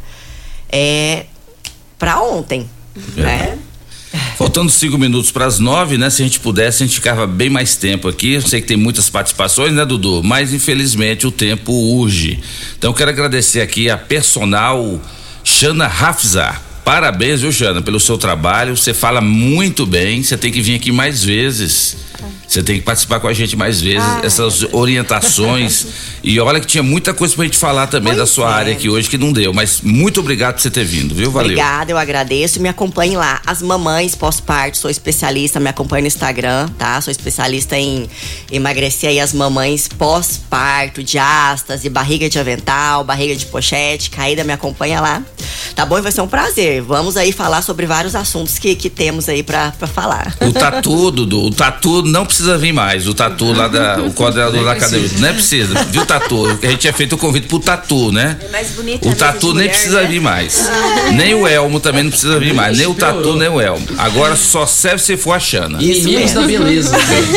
para ontem, né? Faltando 5 minutos para as 9, né? Se a gente pudesse, a gente ficava bem mais tempo aqui. Eu sei que tem muitas participações, né, Dudu? Mas infelizmente o tempo urge. Então eu quero agradecer aqui a personal Xana Hafzar. Parabéns, viu, Xana, pelo seu trabalho. Você fala muito bem. Você tem que vir aqui mais vezes. Você tem que participar com a gente mais vezes, essas orientações. E olha que tinha muita coisa pra gente falar também da sua área aqui hoje que não deu. Mas muito obrigado por você ter vindo, viu? Valeu. Obrigada, eu agradeço. Me acompanhe lá. As mamães pós-parto, sou especialista, me acompanhe no Instagram, tá? Sou especialista em emagrecer aí as mamães pós-parto, diástase, barriga de avental, barriga de pochete. Caída, me acompanha lá. Tá bom? E vai ser um prazer. Vamos aí falar sobre vários assuntos que temos aí pra falar. O tatu, Dudu, o tatu não precisa vir mais. O tatu lá o coordenador da academia. Não é precisa, viu, tatu? A gente tinha feito o convite pro tatu, né? É mais bonito. O tatu nem precisa vir mais. Nem o Elmo também não precisa vir mais. Nem o tatu, nem o Elmo. Agora só serve se for a Xana. Inimigos da beleza.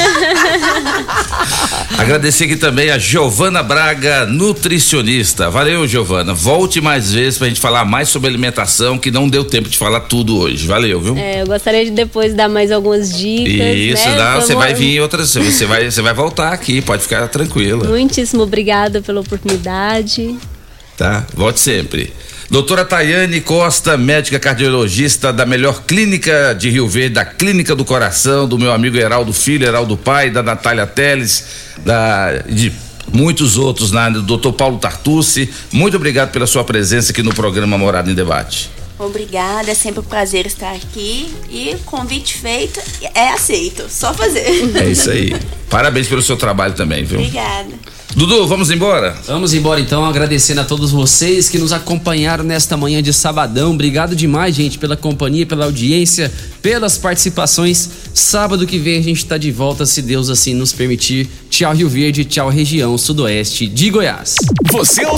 Agradecer aqui também a Giovana Braga, nutricionista. Valeu, Giovana. Volte mais vezes pra gente falar mais sobre alimentação, que não deu tempo de falar tudo hoje. Valeu, viu? Eu gostaria de depois dar mais algumas dicas. Isso, né? Você vai vir em outras, você vai voltar aqui, pode ficar tranquila. Muitíssimo obrigada pela oportunidade. Tá, volte sempre. Doutora Tayane Costa, médica cardiologista da melhor clínica de Rio Verde, da Clínica do Coração, do meu amigo Heraldo Filho, Heraldo Pai, da Natália Teles, de muitos outros, do doutor Paulo Tartucci. Muito obrigado pela sua presença aqui no programa Morada em Debate. Obrigada, é sempre um prazer estar aqui e convite feito, é aceito, só fazer. É isso aí. Parabéns pelo seu trabalho também, viu? Obrigada. Dudu, vamos embora? Vamos embora então, agradecendo a todos vocês que nos acompanharam nesta manhã de sabadão. Obrigado demais, gente, pela companhia, pela audiência, pelas participações. Sábado que vem a gente tá de volta, se Deus assim nos permitir. Tchau, Rio Verde, tchau, região sudoeste de Goiás. Você